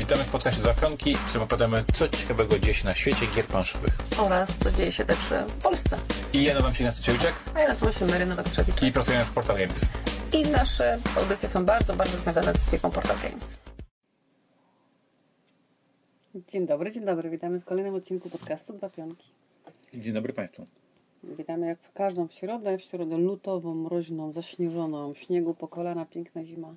Witamy w podcaście Dwa Pionki, w którym opowiadamy, co ciekawego dzieje się na świecie gier planszowych. Oraz co dzieje się także w Polsce. I ja nazywam się Ignacy Ciewiczek. A ja nazywam się Mary Nowak-Trzewicz. I pracujemy w Portal Games. I nasze audycje są bardzo, bardzo związane z firmą Portal Games. Dzień dobry. Witamy w kolejnym odcinku podcastu Dwa Pionki. Dzień dobry Państwu. Witamy jak w każdą środę lutową, mroźną, zaśnieżoną, śniegu po kolana, piękna zima.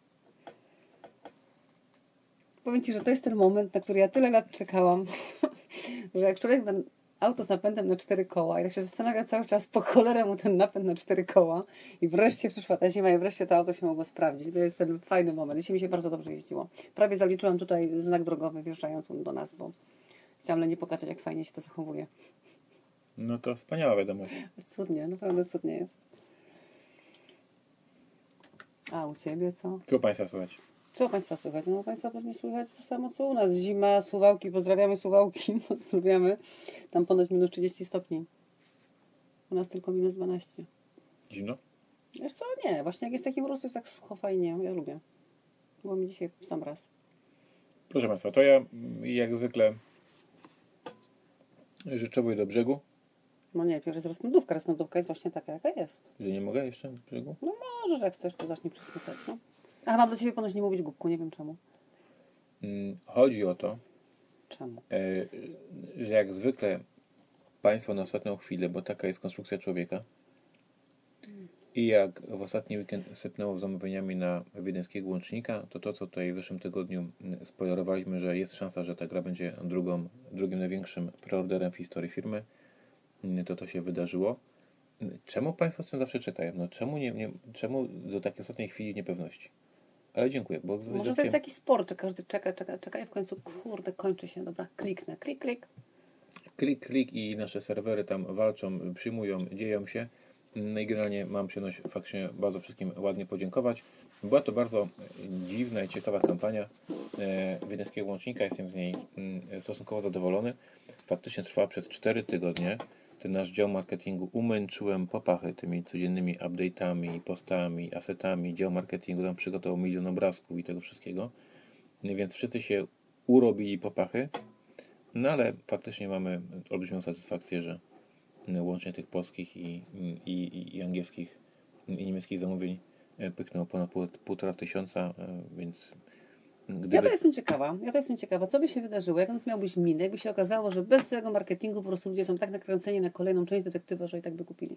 Powiem Ci, że to jest ten moment, na który ja tyle lat czekałam, że jak człowiek ma auto z napędem na 4 koła i tak się zastanawia cały czas, po cholerę mu ten napęd na 4 koła i wreszcie przyszła ta zima i wreszcie to auto się mogło sprawdzić. To jest ten fajny moment. Dzisiaj mi się bardzo dobrze jeździło. Prawie zaliczyłam tutaj znak drogowy wjeżdżając do nas, bo chciałam Leni pokazać, jak fajnie się to zachowuje. No to wspaniała wiadomość. Cudnie, naprawdę cudnie jest. A u Ciebie co? Co Państwa słychać? Co Państwa słychać? No Państwa pewnie słychać to samo co u nas. Zima, Suwałki, pozdrawiamy Suwałki, pozdrawiamy. Tam ponoć minus 30 stopni. U nas tylko minus 12. Zimno? Wiesz co? Nie. Właśnie jak jest taki mróz, jest tak sucho, fajnie. Ja lubię. Było mi dzisiaj sam raz. Proszę Państwa, to ja jak zwykle życzę do brzegu. No nie, pierwszy jest rozpędówka. Rozpędówka jest właśnie taka, jaka jest. Że nie mogę jeszcze do brzegu? No możesz, jak chcesz, to zacznij przysmucać, no. A mam do Ciebie ponoć nie mówić głupku, nie wiem czemu. Chodzi o to, Czemu? że jak zwykle Państwo na ostatnią chwilę, bo taka jest konstrukcja człowieka, i jak w ostatni weekend sypnęło z zamówieniami na wiedeńskiego łącznika, to co tutaj w zeszłym tygodniu spoilerowaliśmy, że jest szansa, że ta gra będzie drugim największym preorderem w historii firmy, to się wydarzyło. Czemu Państwo z tym zawsze czekają? No czemu do takiej ostatniej chwili niepewności? Ale dziękuję. Bo może to jest taki sport, że każdy czeka i w końcu, kurde, kończy się. Dobra, kliknę. Klik. I nasze serwery tam walczą, przyjmują, dzieją się. No i generalnie mam przyjemność faktycznie bardzo wszystkim ładnie podziękować. Była to bardzo dziwna i ciekawa kampania wiedeńskiego łącznika. Jestem z niej stosunkowo zadowolony. Faktycznie trwała przez 4 tygodnie. Ten nasz dział marketingu umęczyłem popachy tymi codziennymi update'ami, postami, asetami. Dział marketingu tam przygotował 1 000 000 obrazków i tego wszystkiego. Więc wszyscy się urobili popachy. No ale faktycznie mamy olbrzymią satysfakcję, że łącznie tych polskich i angielskich i niemieckich zamówień pyknęło ponad 1500, więc Ja to jestem ciekawa. Co by się wydarzyło? Jak on miałbyś minę? Jakby się okazało, że bez całego marketingu po prostu ludzie są tak nakręceni na kolejną część detektywa, że i tak by kupili.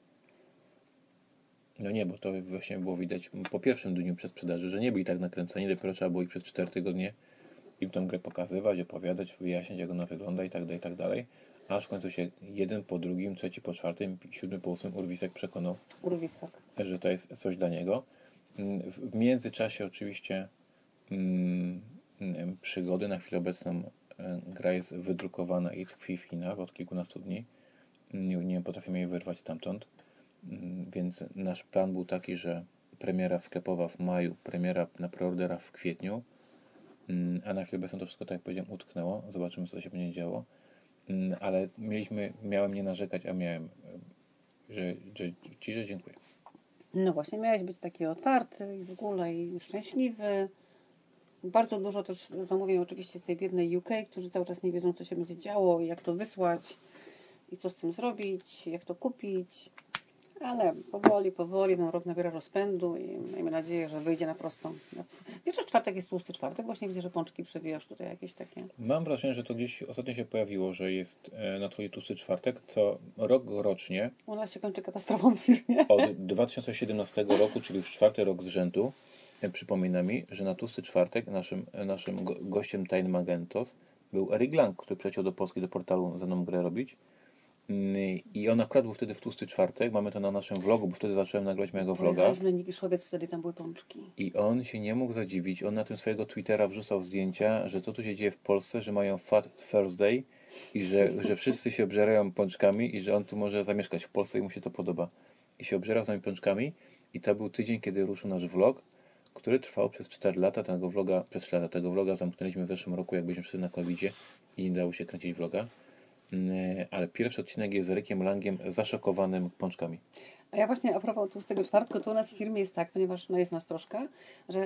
No nie, bo to właśnie było widać po pierwszym dniu przedsprzedaży, że nie byli tak nakręceni, dopiero trzeba było ich przez 4 tygodnie im tą grę pokazywać, opowiadać, wyjaśniać, jak ona wygląda i tak dalej. Aż w końcu się jeden po drugim, trzeci po czwartym, 7 po 8 urwisek przekonał, że to jest coś dla niego. W międzyczasie oczywiście przygody. Na chwilę obecną gra jest wydrukowana i tkwi w Chinach od kilkunastu dni. Nie potrafimy jej wyrwać stamtąd. Więc nasz plan był taki, że premiera sklepowa w maju, premiera na preordera w kwietniu, a na chwilę obecną to wszystko, tak jak powiedziałem, utknęło. Zobaczymy, co się będzie działo. Ale miałem nie narzekać, a miałem, że dziękuję. No właśnie, miałeś być taki otwarty i w ogóle i szczęśliwy. Bardzo dużo też zamówień oczywiście z tej biednej UK, którzy cały czas nie wiedzą, co się będzie działo i jak to wysłać i co z tym zrobić, jak to kupić. Ale powoli ten rok nabiera rozpędu i miejmy nadzieję, że wyjdzie na prostą. Wiesz, że czwartek jest tłusty czwartek? Właśnie widzę, że pączki przewijasz tutaj jakieś takie. Mam wrażenie, że to gdzieś ostatnio się pojawiło, że jest nadchodzi tłusty czwartek, co rocznie. U nas się kończy katastrofą w firmie. Od 2017 roku, czyli już 4. rok z rzędu, przypomina mi, że na tłusty czwartek naszym gościem Time Magentos był Eric Lang, który przyleciał do Polski, do portalu ze mną grę robić. I on akurat był wtedy w tłusty czwartek. Mamy to na naszym vlogu, bo wtedy zacząłem nagrywać mojego vloga. Wtedy tam były pączki. I on się nie mógł zadziwić. On na tym swojego Twittera wrzucał zdjęcia, że co tu się dzieje w Polsce, że mają Fat Thursday i że wszyscy się obżerają pączkami i że on tu może zamieszkać w Polsce i mu się to podoba. I się obżerał z nami pączkami i to był tydzień, kiedy ruszył nasz vlog, który trwał przez 4 lata. Tego vloga zamknęliśmy w zeszłym roku, jak byliśmy wszyscy na COVID-zie i nie dało się kręcić vloga. Ale pierwszy odcinek jest z Ericiem Langiem zaszokowanym pączkami. A ja właśnie a propos tłustego czwartku, to u nas w firmie jest tak, ponieważ jest nas troszkę, że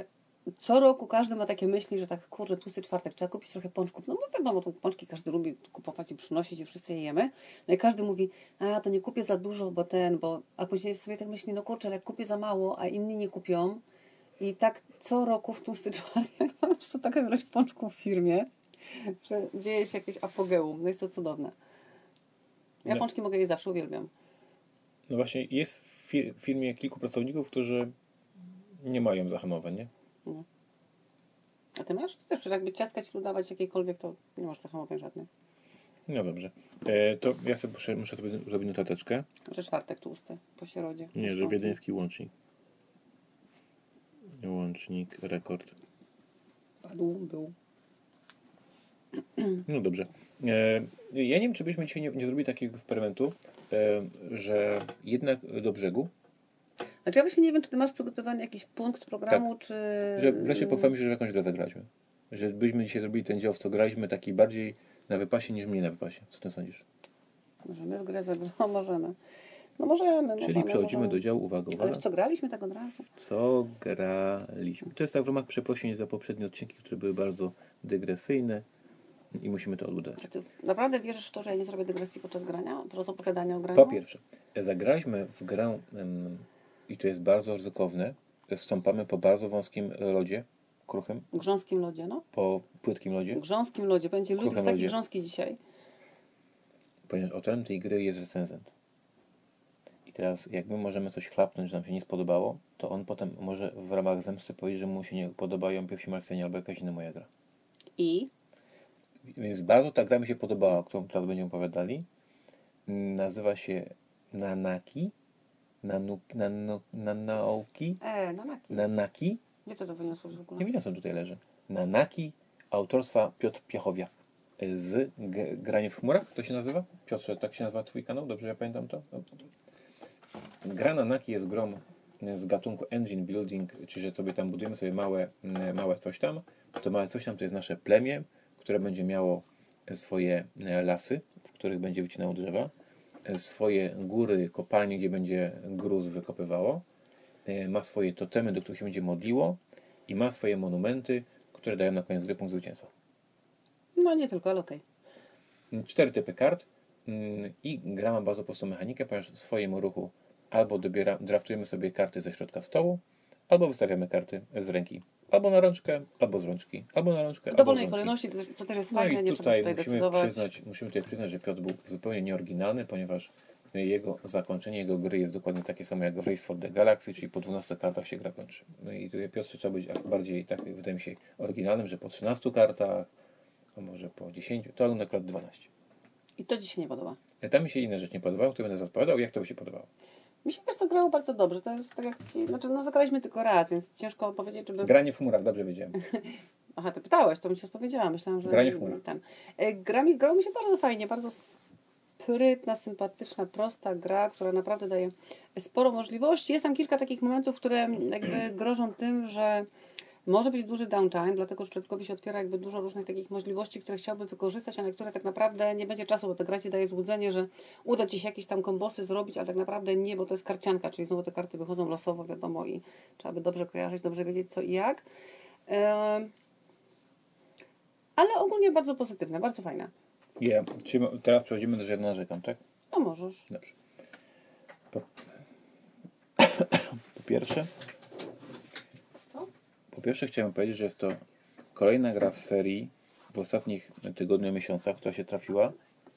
co roku każdy ma takie myśli, że tak, kurczę, tłusty czwartek, trzeba kupić trochę pączków. No bo wiadomo, to pączki każdy lubi kupować i przynosić i wszyscy je jemy. No i każdy mówi, a to nie kupię za dużo, a później sobie tak myśli, no kurczę, ale jak kupię za mało, a inni nie kupią. I tak co roku w tłusty czwartek mam po prostu taka ilość pączków w firmie, że dzieje się jakieś apogeum. No jest to cudowne. Ja No. pączki mogę je zawsze, uwielbiam. No właśnie, jest w firmie kilku pracowników, którzy nie mają zahamowań, nie? No. A ty masz? Ty też, przecież jakby ciastka ci tu dawać jakiekolwiek, to nie masz zahamowań żadnych. No dobrze. To ja sobie muszę sobie zrobić notateczkę. Że czwartek tłusty, po środzie. Nie, że wiedeński łącznik. Łącznik, rekord. Padł, był. No dobrze. Ja nie wiem, czy byśmy dzisiaj nie zrobili takiego eksperymentu, że jednak do brzegu, Znaczy ja właśnie nie wiem, czy ty masz przygotowany jakiś punkt programu, czy... że wreszcie pochwalimy się, że w jakąś grę zagraliśmy. Że byśmy dzisiaj zrobili ten dział, w co graliśmy, taki bardziej na wypasie niż mniej na wypasie. Co ty sądzisz? Możemy w grę zagrać? No możemy. No możemy. Czyli przechodzimy do działu, uwaga, Ale uwaga. w co graliśmy tak od razu? Co graliśmy? To jest tak w ramach przeprosin za poprzednie odcinki, które były bardzo dygresyjne i musimy to odbudować. Czy ty naprawdę wierzysz w to, że ja nie zrobię dygresji podczas grania? Podczas opowiadania o graniu? Po pierwsze, zagraliśmy w grę i to jest bardzo ryzykowne. Stąpamy po bardzo wąskim lodzie, kruchym, W grząskim lodzie, no. po płytkim lodzie, W grząskim lodzie. Będzie Kruchym Ludwik taki lodzie. grząski dzisiaj. ponieważ autorem tej gry jest recenzent. I teraz, jak my możemy coś chlapnąć, że nam się nie spodobało, to on potem może w ramach zemsty powiedzieć, że mu się nie podobają Pierwsi Marsjanie albo jakaś inna moja gra. I? Więc bardzo ta gra mi się podobała, o którą teraz będziemy opowiadali. Nazywa się Nanaki. Nanauki. Nanaki. Nanaki. Gdzie ty to wyniosłeś w ogóle? Nie wyniosłem, tutaj leży. Nanaki autorstwa Piotr Piechowiak. Z Granie w chmurach to się nazywa? Piotrze, tak się nazywa twój kanał? Dobrze ja pamiętam to? Gra Nanaki jest grą z gatunku engine building, czyli że sobie tam budujemy sobie małe coś tam. To małe coś tam to jest nasze plemię, które będzie miało swoje lasy, w których będzie wycinało drzewa, swoje góry, kopalnie, gdzie będzie gruz wykopywało, ma swoje totemy, do których się będzie modliło i ma swoje monumenty, które dają na koniec gry punkt zwycięstwa. No nie tylko, ale okej. 4 typy kart i gra ma bardzo prostą mechanikę, ponieważ w swoim ruchu albo draftujemy sobie karty ze środka stołu, albo wystawiamy karty z ręki. Albo na rączkę, albo z rączki. Albo na rączkę, W albo z dowolnej rączki. kolejności, to też jest No fajne, i nie trzeba tutaj musimy decydować. przyznać, że Piotr był zupełnie nieoryginalny, ponieważ jego zakończenie, jego gry jest dokładnie takie samo jak w Race for the Galaxy, czyli po 12 kartach się gra kończy. No i tutaj Piotrze trzeba być bardziej, tak wydaje mi się, oryginalnym, że po 13 kartach, a może po 10, to on akurat 12. I to ci się nie podoba. Tam mi się inne rzeczy nie podobało, które będę odpowiadał. Jak to by się podobało? Mi się po prostu grało bardzo dobrze. To jest tak jak ci... Znaczy, no zagraliśmy tylko raz, więc ciężko powiedzieć, żeby... Granie w chmurach, dobrze wiedziałem. Aha, ty pytałeś, to mi się odpowiedziała. Myślałam, że... Granie w chmurach. Grało mi się bardzo fajnie, bardzo sprytna, sympatyczna, prosta gra, która naprawdę daje sporo możliwości. Jest tam kilka takich momentów, które jakby grożą tym, że może być duży downtime, dlatego że człowiekowi się otwiera jakby dużo różnych takich możliwości, które chciałby wykorzystać, a na które tak naprawdę nie będzie czasu, bo ta gra ci daje złudzenie, że uda ci się jakieś tam kombosy zrobić, ale tak naprawdę nie, bo to jest karcianka, czyli znowu te karty wychodzą losowo, wiadomo, i trzeba by dobrze kojarzyć, dobrze wiedzieć co i jak. Ale ogólnie bardzo pozytywne, bardzo fajne. Czyli teraz przechodzimy do, że ja narzekam, tak? No możesz. Dobrze. Po pierwsze... Co? Po pierwsze chciałem powiedzieć, że jest to kolejna gra z serii w ostatnich tygodniach, miesiącach, która się trafiła,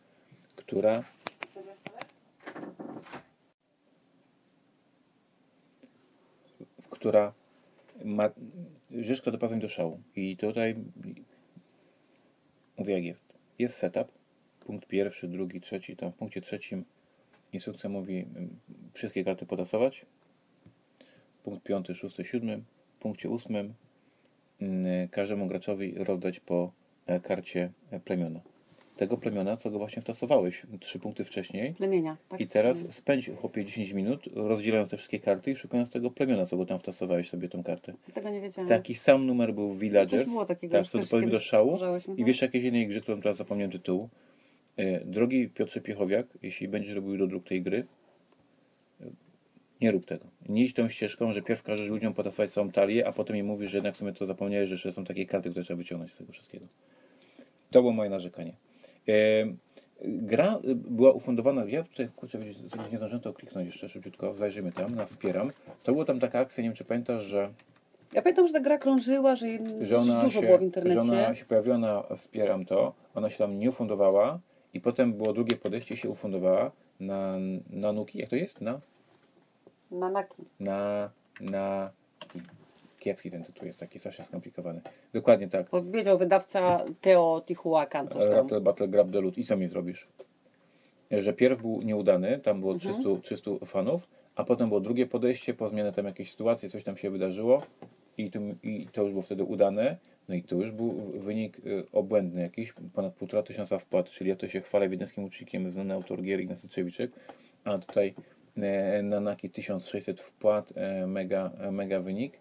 która ma rzecz, która doprowadza mnie do szału. I tutaj mówię jak jest. Jest setup, punkt pierwszy, drugi, trzeci, tam w punkcie trzecim instrukcja mówi wszystkie karty potasować. Punkt 5, 6, 7. W punkcie 8 każdemu graczowi rozdać po karcie plemiona. Tego plemiona, co go właśnie wtasowałeś 3 punkty wcześniej. Plemienia. Tak? I teraz spędź chłopie 10 minut, rozdzielając te wszystkie karty i szukając tego plemiona, co go tam wtasowałeś sobie tą kartę. Tego nie wiedziałam. Taki sam numer był w Villagers. Coś było takiego, Tak, już to też doprowadził do kiedyś szału. powtarzałeś, I wiesz jakiejś innej grze, którą teraz zapomniałem tytułu. Drogi Piotrze Piechowiak, jeśli będziesz robił dodruk tej gry, Nie rób tego. Nie idź tą ścieżką, że pierw każesz ludziom potasować całą talię, a potem im mówisz, że jednak w sumie to zapomniałeś, że jeszcze są takie karty, które trzeba wyciągnąć z tego wszystkiego. To było moje narzekanie. E, Gra była ufundowana, ja tutaj, kurczę, nie zdążyłem to kliknąć jeszcze szybciutko, zajrzymy tam, na Wspieram. To była tam taka akcja, nie wiem czy pamiętasz, że Ja pamiętam, że ta gra krążyła, że dosyć dużo było w że internecie. ona się pojawiła na Wspieram to, ona się tam nie ufundowała i potem było drugie podejście i się ufundowała na Nuki, jak to jest? Nanaki. Na kiepski ten tytuł jest taki strasznie skomplikowany. Dokładnie tak. Powiedział wydawca Teotihuacan, coś tam. Rattle Battle Grab the Loot. I co mi zrobisz? Że pierw był nieudany, tam było 300 fanów, a potem było drugie podejście, po zmianę tam jakiejś sytuacji, coś tam się wydarzyło i to już było wtedy udane. No i to już był wynik obłędny jakiś, ponad 1500 wpłat, czyli ja to się chwalę wiedeńskim ucznikiem, znany autor gier Ignacy Trzewiczyk, a tutaj na Naki 1600 wpłat, mega wynik.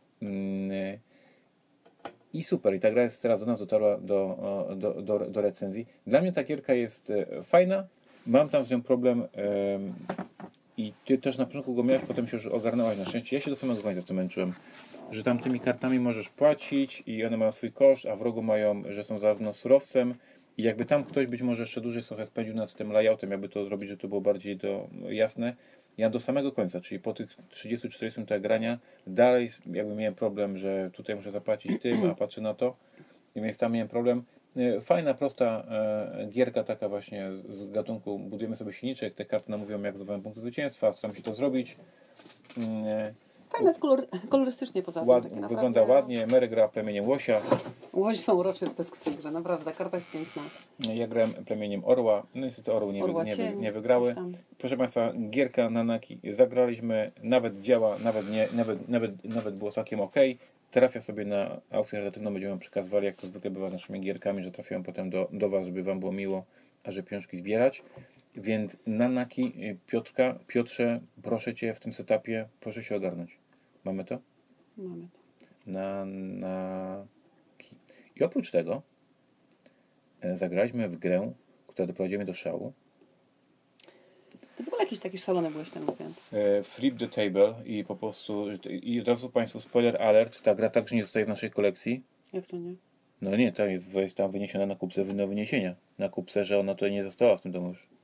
I super, i ta gra jest teraz do nas dotarła do recenzji. Dla mnie ta gierka jest fajna, mam tam z nią problem i ty też na początku go miałeś, potem się już ogarnęłaś na szczęście. Ja się do samego końca z tym męczyłem, że tam tymi kartami możesz płacić i one mają swój koszt, a w rogu mają, że są zarówno surowcem i jakby tam ktoś być może jeszcze dłużej trochę spędził nad tym layoutem, jakby to zrobić, że to było bardziej jasne. Ja do samego końca, czyli po tych 30-40 minutach grania, dalej jakby miałem problem, że tutaj muszę zapłacić tym, a patrzę na to. Więc tam miałem problem. Fajna, prosta gierka taka właśnie z gatunku budujemy sobie silniczek, te karty nam mówią jak zdobywamy punkty zwycięstwa, staram się to zrobić. Fajne jest kolorystycznie poza tym. Takie Wygląda naprawdę... ładnie, Mary gra plemieniem łosia. Łoś ma uroczy pysk w tej grze, naprawdę, karta jest piękna. Ja grałem plemieniem orła, no niestety orły nie wygrały. Proszę Państwa, gierka na Naki zagraliśmy, nawet działa, nawet było całkiem ok. Trafia sobie na aukcję charytatywną, będziemy ją przekazywali, jak to zwykle bywa z naszymi gierkami, że trafiają potem do Was, żeby Wam było miło, a że pieniążki zbierać. Więc na Naki, Piotrze, proszę Cię w tym setupie, proszę się ogarnąć. Mamy to? Mamy to. Na I oprócz tego zagraliśmy w grę, która doprowadziła mnie do szału. Ty w ogóle jakiś taki szalony byłeś ten weekend. Flip the Table i po prostu, i od razu Państwu spoiler alert, ta gra także nie zostaje w naszej kolekcji. Jak to nie? No nie, to jest tam wyniesiona na kupce do wyniesienia. Na kupce, że ona to nie została w tym domu już.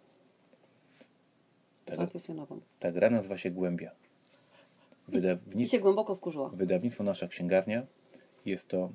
Ta gra nazywa się Głębia. I się głęboko wkurzyła. Wydawnictwo Nasza Księgarnia. Jest to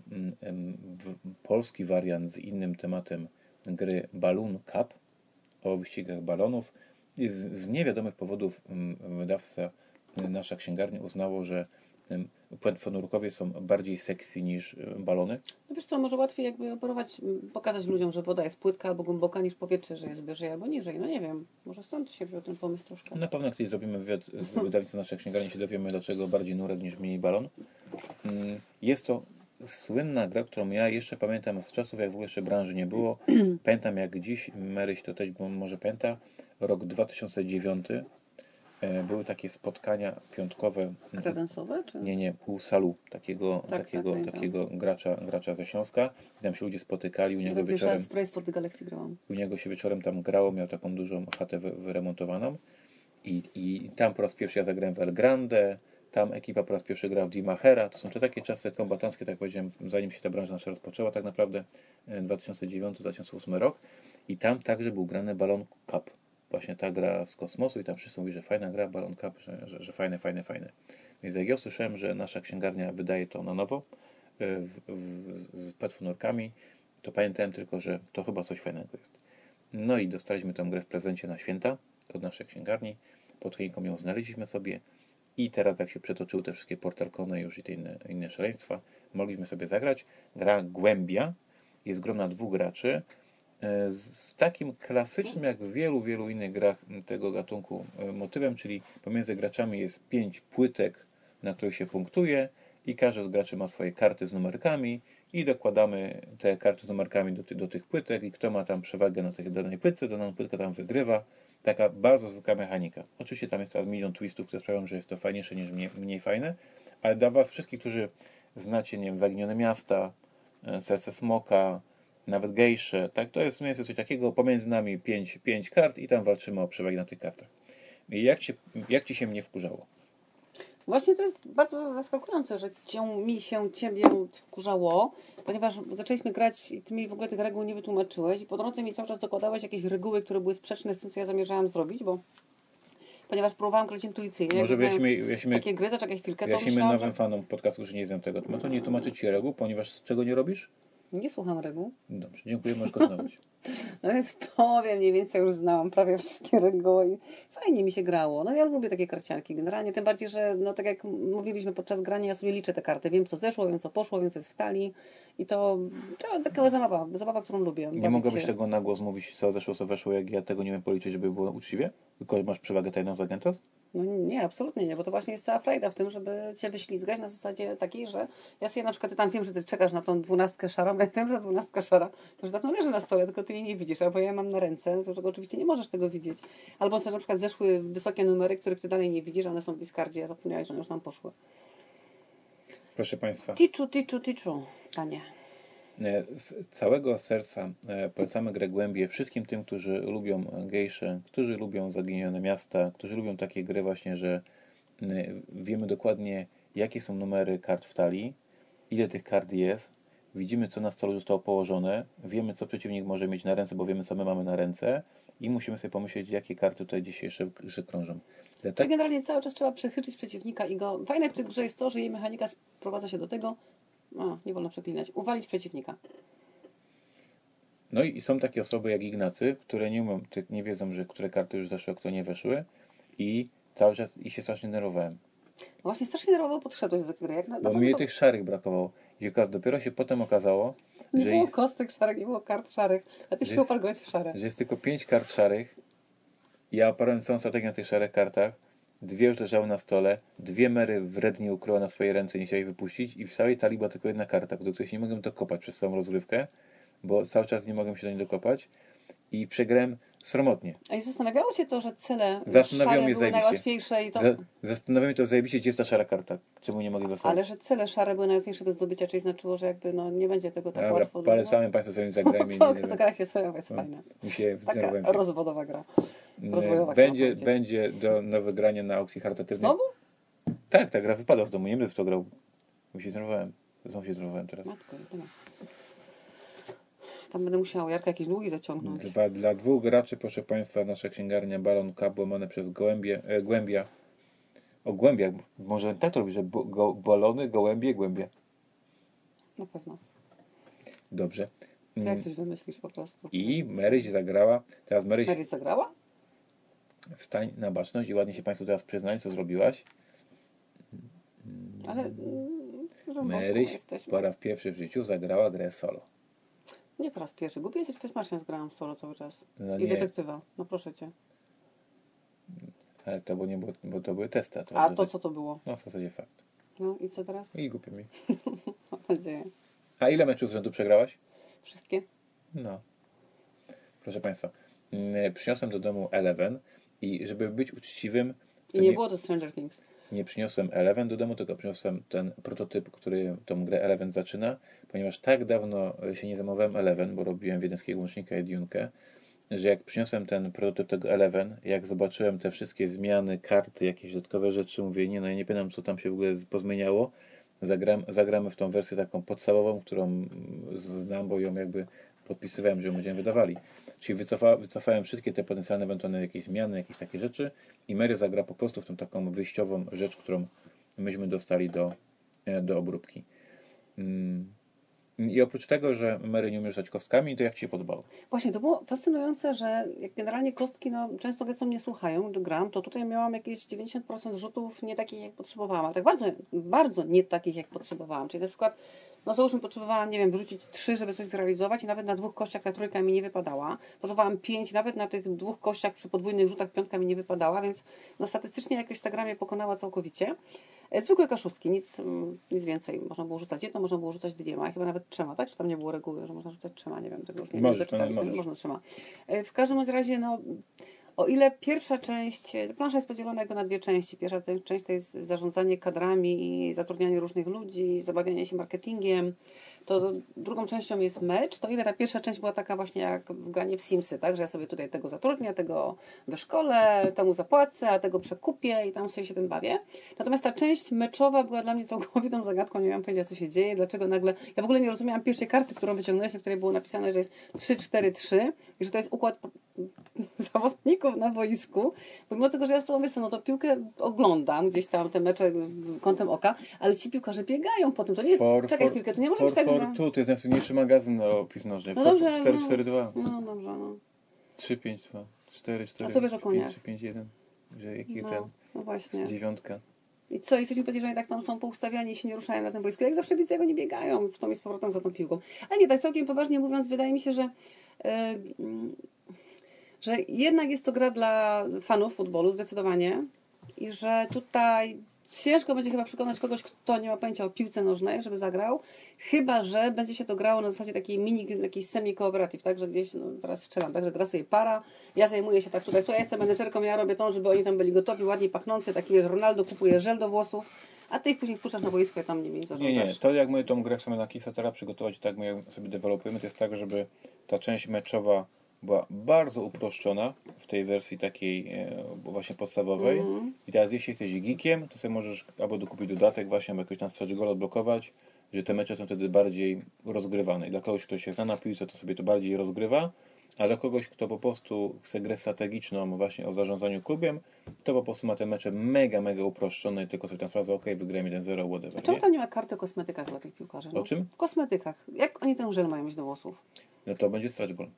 polski wariant z innym tematem gry Balloon Cup o wyścigach balonów. Z niewiadomych powodów wydawca Nasza Księgarnia uznało, że płetwonurkowie są bardziej sexy niż balony. No wiesz co, może łatwiej jakby operować, pokazać ludziom, że woda jest płytka albo głęboka niż powietrze, że jest wyżej albo niżej. No nie wiem, może stąd się wziął ten pomysł troszkę. Na pewno jak kiedyś zrobimy wywiad z wydawnictwem Nasza Księgarnia, się dowiemy, dlaczego bardziej nurek niż mniej balon. Jest to słynna gra, którą ja jeszcze pamiętam z czasów, jak w ogóle jeszcze branży nie było. Pamiętam jak dziś, Maryś to też może pamięta, rok 2009. Były takie spotkania piątkowe. Kredensowe? Czy? Nie, u Salu, takiego gracza ze Śląska. I tam się ludzie spotykali, u niego wieczorem. W Race for the Galaxy grałam. U niego się wieczorem tam grało, miał taką dużą chatę wyremontowaną. I tam po raz pierwszy ja zagrałem w El Grande, tam ekipa po raz pierwszy gra w Dimachera. To są te takie czasy kombatanckie, tak jak powiedziałem, zanim się ta branża nasza rozpoczęła tak naprawdę, 2009-2008 rok. I tam także był grany Balloon Cup. Właśnie ta gra z kosmosu i tam wszyscy mówili, że fajna gra, Balloon Cup, że fajne. Więc jak ja usłyszałem, że Nasza Księgarnia wydaje to na nowo z płetwonurkami, to pamiętałem tylko, że to chyba coś fajnego jest. No i dostaliśmy tę grę w prezencie na święta od Naszej Księgarni. Pod choinką ją znaleźliśmy sobie i teraz jak się przetoczyły te wszystkie portalkony już i te inne szaleństwa, mogliśmy sobie zagrać. Gra Głębia jest grona 2 graczy z takim klasycznym jak w wielu innych grach tego gatunku motywem, czyli pomiędzy graczami jest 5 płytek, na których się punktuje i każdy z graczy ma swoje karty z numerkami i dokładamy te karty z numerkami do tych płytek i kto ma tam przewagę na tej danej płytce, daną płytkę tam wygrywa. Taka bardzo zwykła mechanika. Oczywiście tam jest teraz milion twistów, które sprawiają, że jest to fajniejsze niż mniej fajne, ale dla Was wszystkich, którzy znacie, nie wiem, Zaginione Miasta, Serce Smoka, nawet Gejsze, tak, to jest mniej więcej coś takiego, pomiędzy nami 5 kart i tam walczymy o przewagi na tych kartach. I jak Ci się mnie wkurzało? Właśnie to jest bardzo zaskakujące, że mi się Ciebie wkurzało, ponieważ zaczęliśmy grać i Ty mi w ogóle tych reguł nie wytłumaczyłeś i po drodze mi cały czas dokładałeś jakieś reguły, które były sprzeczne z tym, co ja zamierzałam zrobić, bo ponieważ próbowałam grać intuicyjnie, Może jakby znając wyjaśnimy, takie gry, zaczekaj chwilkę, to wyjaśnimy myślałam, nowym że fanom podcastu, że nie znam tego tematu. Nie tłumaczę Ci reguł, ponieważ czego nie robisz? nie słucham reguł. Dobrze, dziękuję, możesz kontynuować. No więc powiem, mniej więcej już znałam prawie wszystkie reguły i fajnie mi się grało. No ja lubię takie karcianki generalnie, tym bardziej, że no tak jak mówiliśmy podczas grania, ja sobie liczę te karty. Wiem co zeszło, wiem co poszło, wiem co jest w talii i to taka zabawa, którą lubię. Nie bawić mogłabyś się. tego na głos mówić, co zeszło, co weszło, jak ja tego nie wiem policzyć, żeby było uczciwie? Tylko masz przewagę tajną z Agentos? No nie, absolutnie nie, bo to właśnie jest cała frajda w tym, żeby Cię wyślizgać na zasadzie takiej, że ja sobie na przykład, Ty tam wiem, że Ty czekasz na tą 12 szarą, ja wiem, że 12 szara już dawno leży na stole, tylko Ty jej nie widzisz, albo ja mam na ręce, z czego oczywiście nie możesz tego widzieć. Albo na przykład zeszły wysokie numery, których Ty dalej nie widzisz, one są w discardzie, a zapomniałeś, że one już tam poszły. Proszę Państwa, Ticzu, Tanie. z całego serca polecamy grę Głębie wszystkim tym, którzy lubią gejsze, którzy lubią zaginione miasta, którzy lubią takie gry właśnie, że wiemy dokładnie, jakie są numery kart w talii, ile tych kart jest, widzimy, co na stole zostało położone, wiemy, co przeciwnik może mieć na ręce, bo wiemy, co my mamy na ręce i musimy sobie pomyśleć, jakie karty tutaj dzisiaj jeszcze krążą. Czyli generalnie cały czas trzeba przechyczyć przeciwnika i go... Fajne w tej grze jest to, że jej mechanika sprowadza się do tego, nie wolno przeklinać, uwalić przeciwnika. No i są takie osoby jak Ignacy, które nie wiedzą, że które karty już zeszły, a które nie weszły i cały czas się strasznie nerwowałem. No właśnie strasznie nerwowo podszedłeś do tej gry. Jak Bo mnie tych szarych brakowało. I dopiero się potem okazało, nie że, było kostek szarych, nie było kart szarych, a Ty się oparłeś w szare. że jest tylko 5 kart szarych. Ja oparłem całą strategię na tych szarych kartach. 2 już leżały na stole. 2 Mary wrednie ukryła na swojej ręce, nie chciała ich wypuścić. I w całej talii była tylko jedna karta, do której się nie mogłem dokopać przez całą rozgrywkę, bo cały czas nie mogłem się do niej dokopać. I przegrałem sromotnie. A i zastanawiało Cię to, że cele Zastanawiało szare mnie były zajebiście. najłatwiejsze i to... Zastanawia mnie to zajebiście, gdzie jest ta szara karta. Czemu nie mogę dostać? Ale że cele szare były najłatwiejsze do zdobycia, czyli znaczyło, że jakby nie będzie tego tak Dobra, łatwo. polecamy Państwu sobie zagrajmy. Zagra się sobie, jest fajna. Mi się Taka zdenerwowałem się. rozwodowa gra. Rozwojowa chciałam powiedzieć. Będzie do wygrania na aukcji charytatywnej. Znowu? Tak, ta gra wypada z domu. Nie będę w to grał. Znowu się zdenerwowałem teraz. Matko, jedyna. Tam będę musiała Jarka jakieś długi zaciągnąć. Dla 2 graczy, proszę Państwa, nasza księgarnia Balon Cup łamane przez Głębia. O głębiach. Może tak to robić, że balony, gołębie, głębie. Na pewno. Dobrze. Ty jak coś wymyślisz po prostu. I Maryś zagrała. Teraz Maryś, Mary zagrała? wstań na baczność i ładnie się Państwu teraz przyznać, co zrobiłaś. Ale... Maryś jesteśmy. po raz pierwszy w życiu zagrała grę solo. Nie po raz pierwszy. Głupie jesteś, też Marcin zgrałam solo cały czas. No I nie. detektywa. No proszę Cię. Ale to było nie było, bo to były testy. A to co to było? No w zasadzie fakt. No i co teraz? I głupio mi. Mam nadzieję. A ile meczów z rzędu przegrałaś? Wszystkie? No. Proszę Państwa, przyniosłem do domu Eleven i żeby być uczciwym, I nie było to Stranger Things. nie przyniosłem Eleven do domu, tylko przyniosłem ten prototyp, który tą grę Eleven zaczyna, ponieważ tak dawno się nie zajmowałem Eleven, bo robiłem wiedeńskiego łącznika i Dune'kę, że jak przyniosłem ten prototyp tego Eleven, jak zobaczyłem te wszystkie zmiany, karty, jakieś dodatkowe rzeczy, mówię, ja nie pamiętam, co tam się w ogóle pozmieniało. Zagramy w tą wersję taką podstawową, którą znam, bo ją jakby podpisywałem, że ją będziemy wydawali. Czyli wycofałem wszystkie te potencjalne ewentualne jakieś zmiany, jakieś takie rzeczy i Mary zagra po prostu w tą taką wyjściową rzecz, którą myśmy dostali do obróbki. I oprócz tego, że Mary nie umie rzucać kostkami, to jak Ci się podobało? Właśnie, to było fascynujące, że jak generalnie kostki często gestą nie słuchają, gdy gram, to tutaj miałam jakieś 90% rzutów nie takich, jak potrzebowałam, ale tak bardzo, bardzo nie takich, jak potrzebowałam. Czyli na przykład, załóżmy, potrzebowałam, nie wiem, wyrzucić 3, żeby coś zrealizować i nawet na 2 kościach ta trójka mi nie wypadała. Potrzebowałam 5, nawet na tych 2 kościach przy podwójnych rzutach piątka mi nie wypadała, więc statystycznie jakoś ta gra mnie pokonała całkowicie. Zwykłe kaszustki, nic więcej. Można było rzucać jedną, można było rzucać 2, chyba nawet 3, tak? Czy tam nie było reguły, że można rzucać 3, nie wiem, tego już nie doczytaliśmy. Można 3. W każdym razie, o ile pierwsza część, plansza jest podzielona jakby na 2 części. Pierwsza część to jest zarządzanie kadrami i zatrudnianie różnych ludzi, zabawianie się marketingiem. to drugą częścią jest mecz, to ile ta pierwsza część była taka właśnie jak granie w Simsy, tak? Że ja sobie tutaj tego zatrudnię, tego wyszkolę, temu zapłacę, a tego przekupię i tam sobie się tym bawię. Natomiast ta część meczowa była dla mnie całkowitą zagadką, nie miałam pojęcia, co się dzieje, dlaczego nagle... Ja w ogóle nie rozumiałam pierwszej karty, którą wyciągnąłeś, na której było napisane, że jest 3-4-3 i że to jest układ zawodników na boisku. Pomimo tego, że ja z tobą wiesz, no to piłkę oglądam, gdzieś tam te mecze kątem oka, ale ci piłkarze biegają po tym. To nie jest... Czekaj chwilkę, to nie może być tak, że... To jest najsłynniejszy magazyn o piłce nożnej. No dobrze, 4-4-2. No dobrze, no. 3-5-2. 4-4. A co wiesz o koniach? 3-5-1. Że jaki No, ten... no właśnie. Dziewiątka. I co? Jesteśmy powiedzieć, że oni tak tam są poustawiani i się nie ruszają na tym boisku. Jak zawsze widzę, jak oni biegają w tą i z powrotem za tą piłką. Ale nie, tak całkiem poważnie mówiąc, wydaje mi się, że jednak jest to gra dla fanów futbolu, zdecydowanie. I że tutaj ciężko będzie chyba przekonać kogoś, kto nie ma pojęcia o piłce nożnej, żeby zagrał. Chyba że będzie się to grało na zasadzie takiej mini, jakiejś semi-kooperatyw, tak? Że gdzieś, no teraz strzelam, tak? Że gra sobie para, ja zajmuję się tak tutaj, słuchaj, ja jestem menedżerką, ja robię to, żeby oni tam byli gotowi, ładnie pachnący, taki wiesz, Ronaldo kupuje żel do włosów, a ty ich później wpuszczasz na boisko i tam nimi zarządzasz. Nie. To jak my tą grę chcemy na Kickstartera przygotować, tak my ją sobie dewelopujemy, to jest tak, żeby ta część meczowa była bardzo uproszczona w tej wersji takiej właśnie podstawowej. I teraz jeśli jesteś geekiem, to sobie możesz albo dokupić dodatek właśnie, albo jakoś tam stretch goal odblokować, że te mecze są wtedy bardziej rozgrywane. I dla kogoś, kto się zna na piłce, to sobie to bardziej rozgrywa, a dla kogoś, kto po prostu chce grę strategiczną właśnie o zarządzaniu klubem, to po prostu ma te mecze mega uproszczone i tylko sobie tam sprawdza, ok, wygrałem 1-0, whatever. A czemu tam nie ma karty o kosmetykach dla tych piłkarzy? No? O czym? W kosmetykach. Jak oni ten żel mają mieć do włosów? No to będzie stretch goal.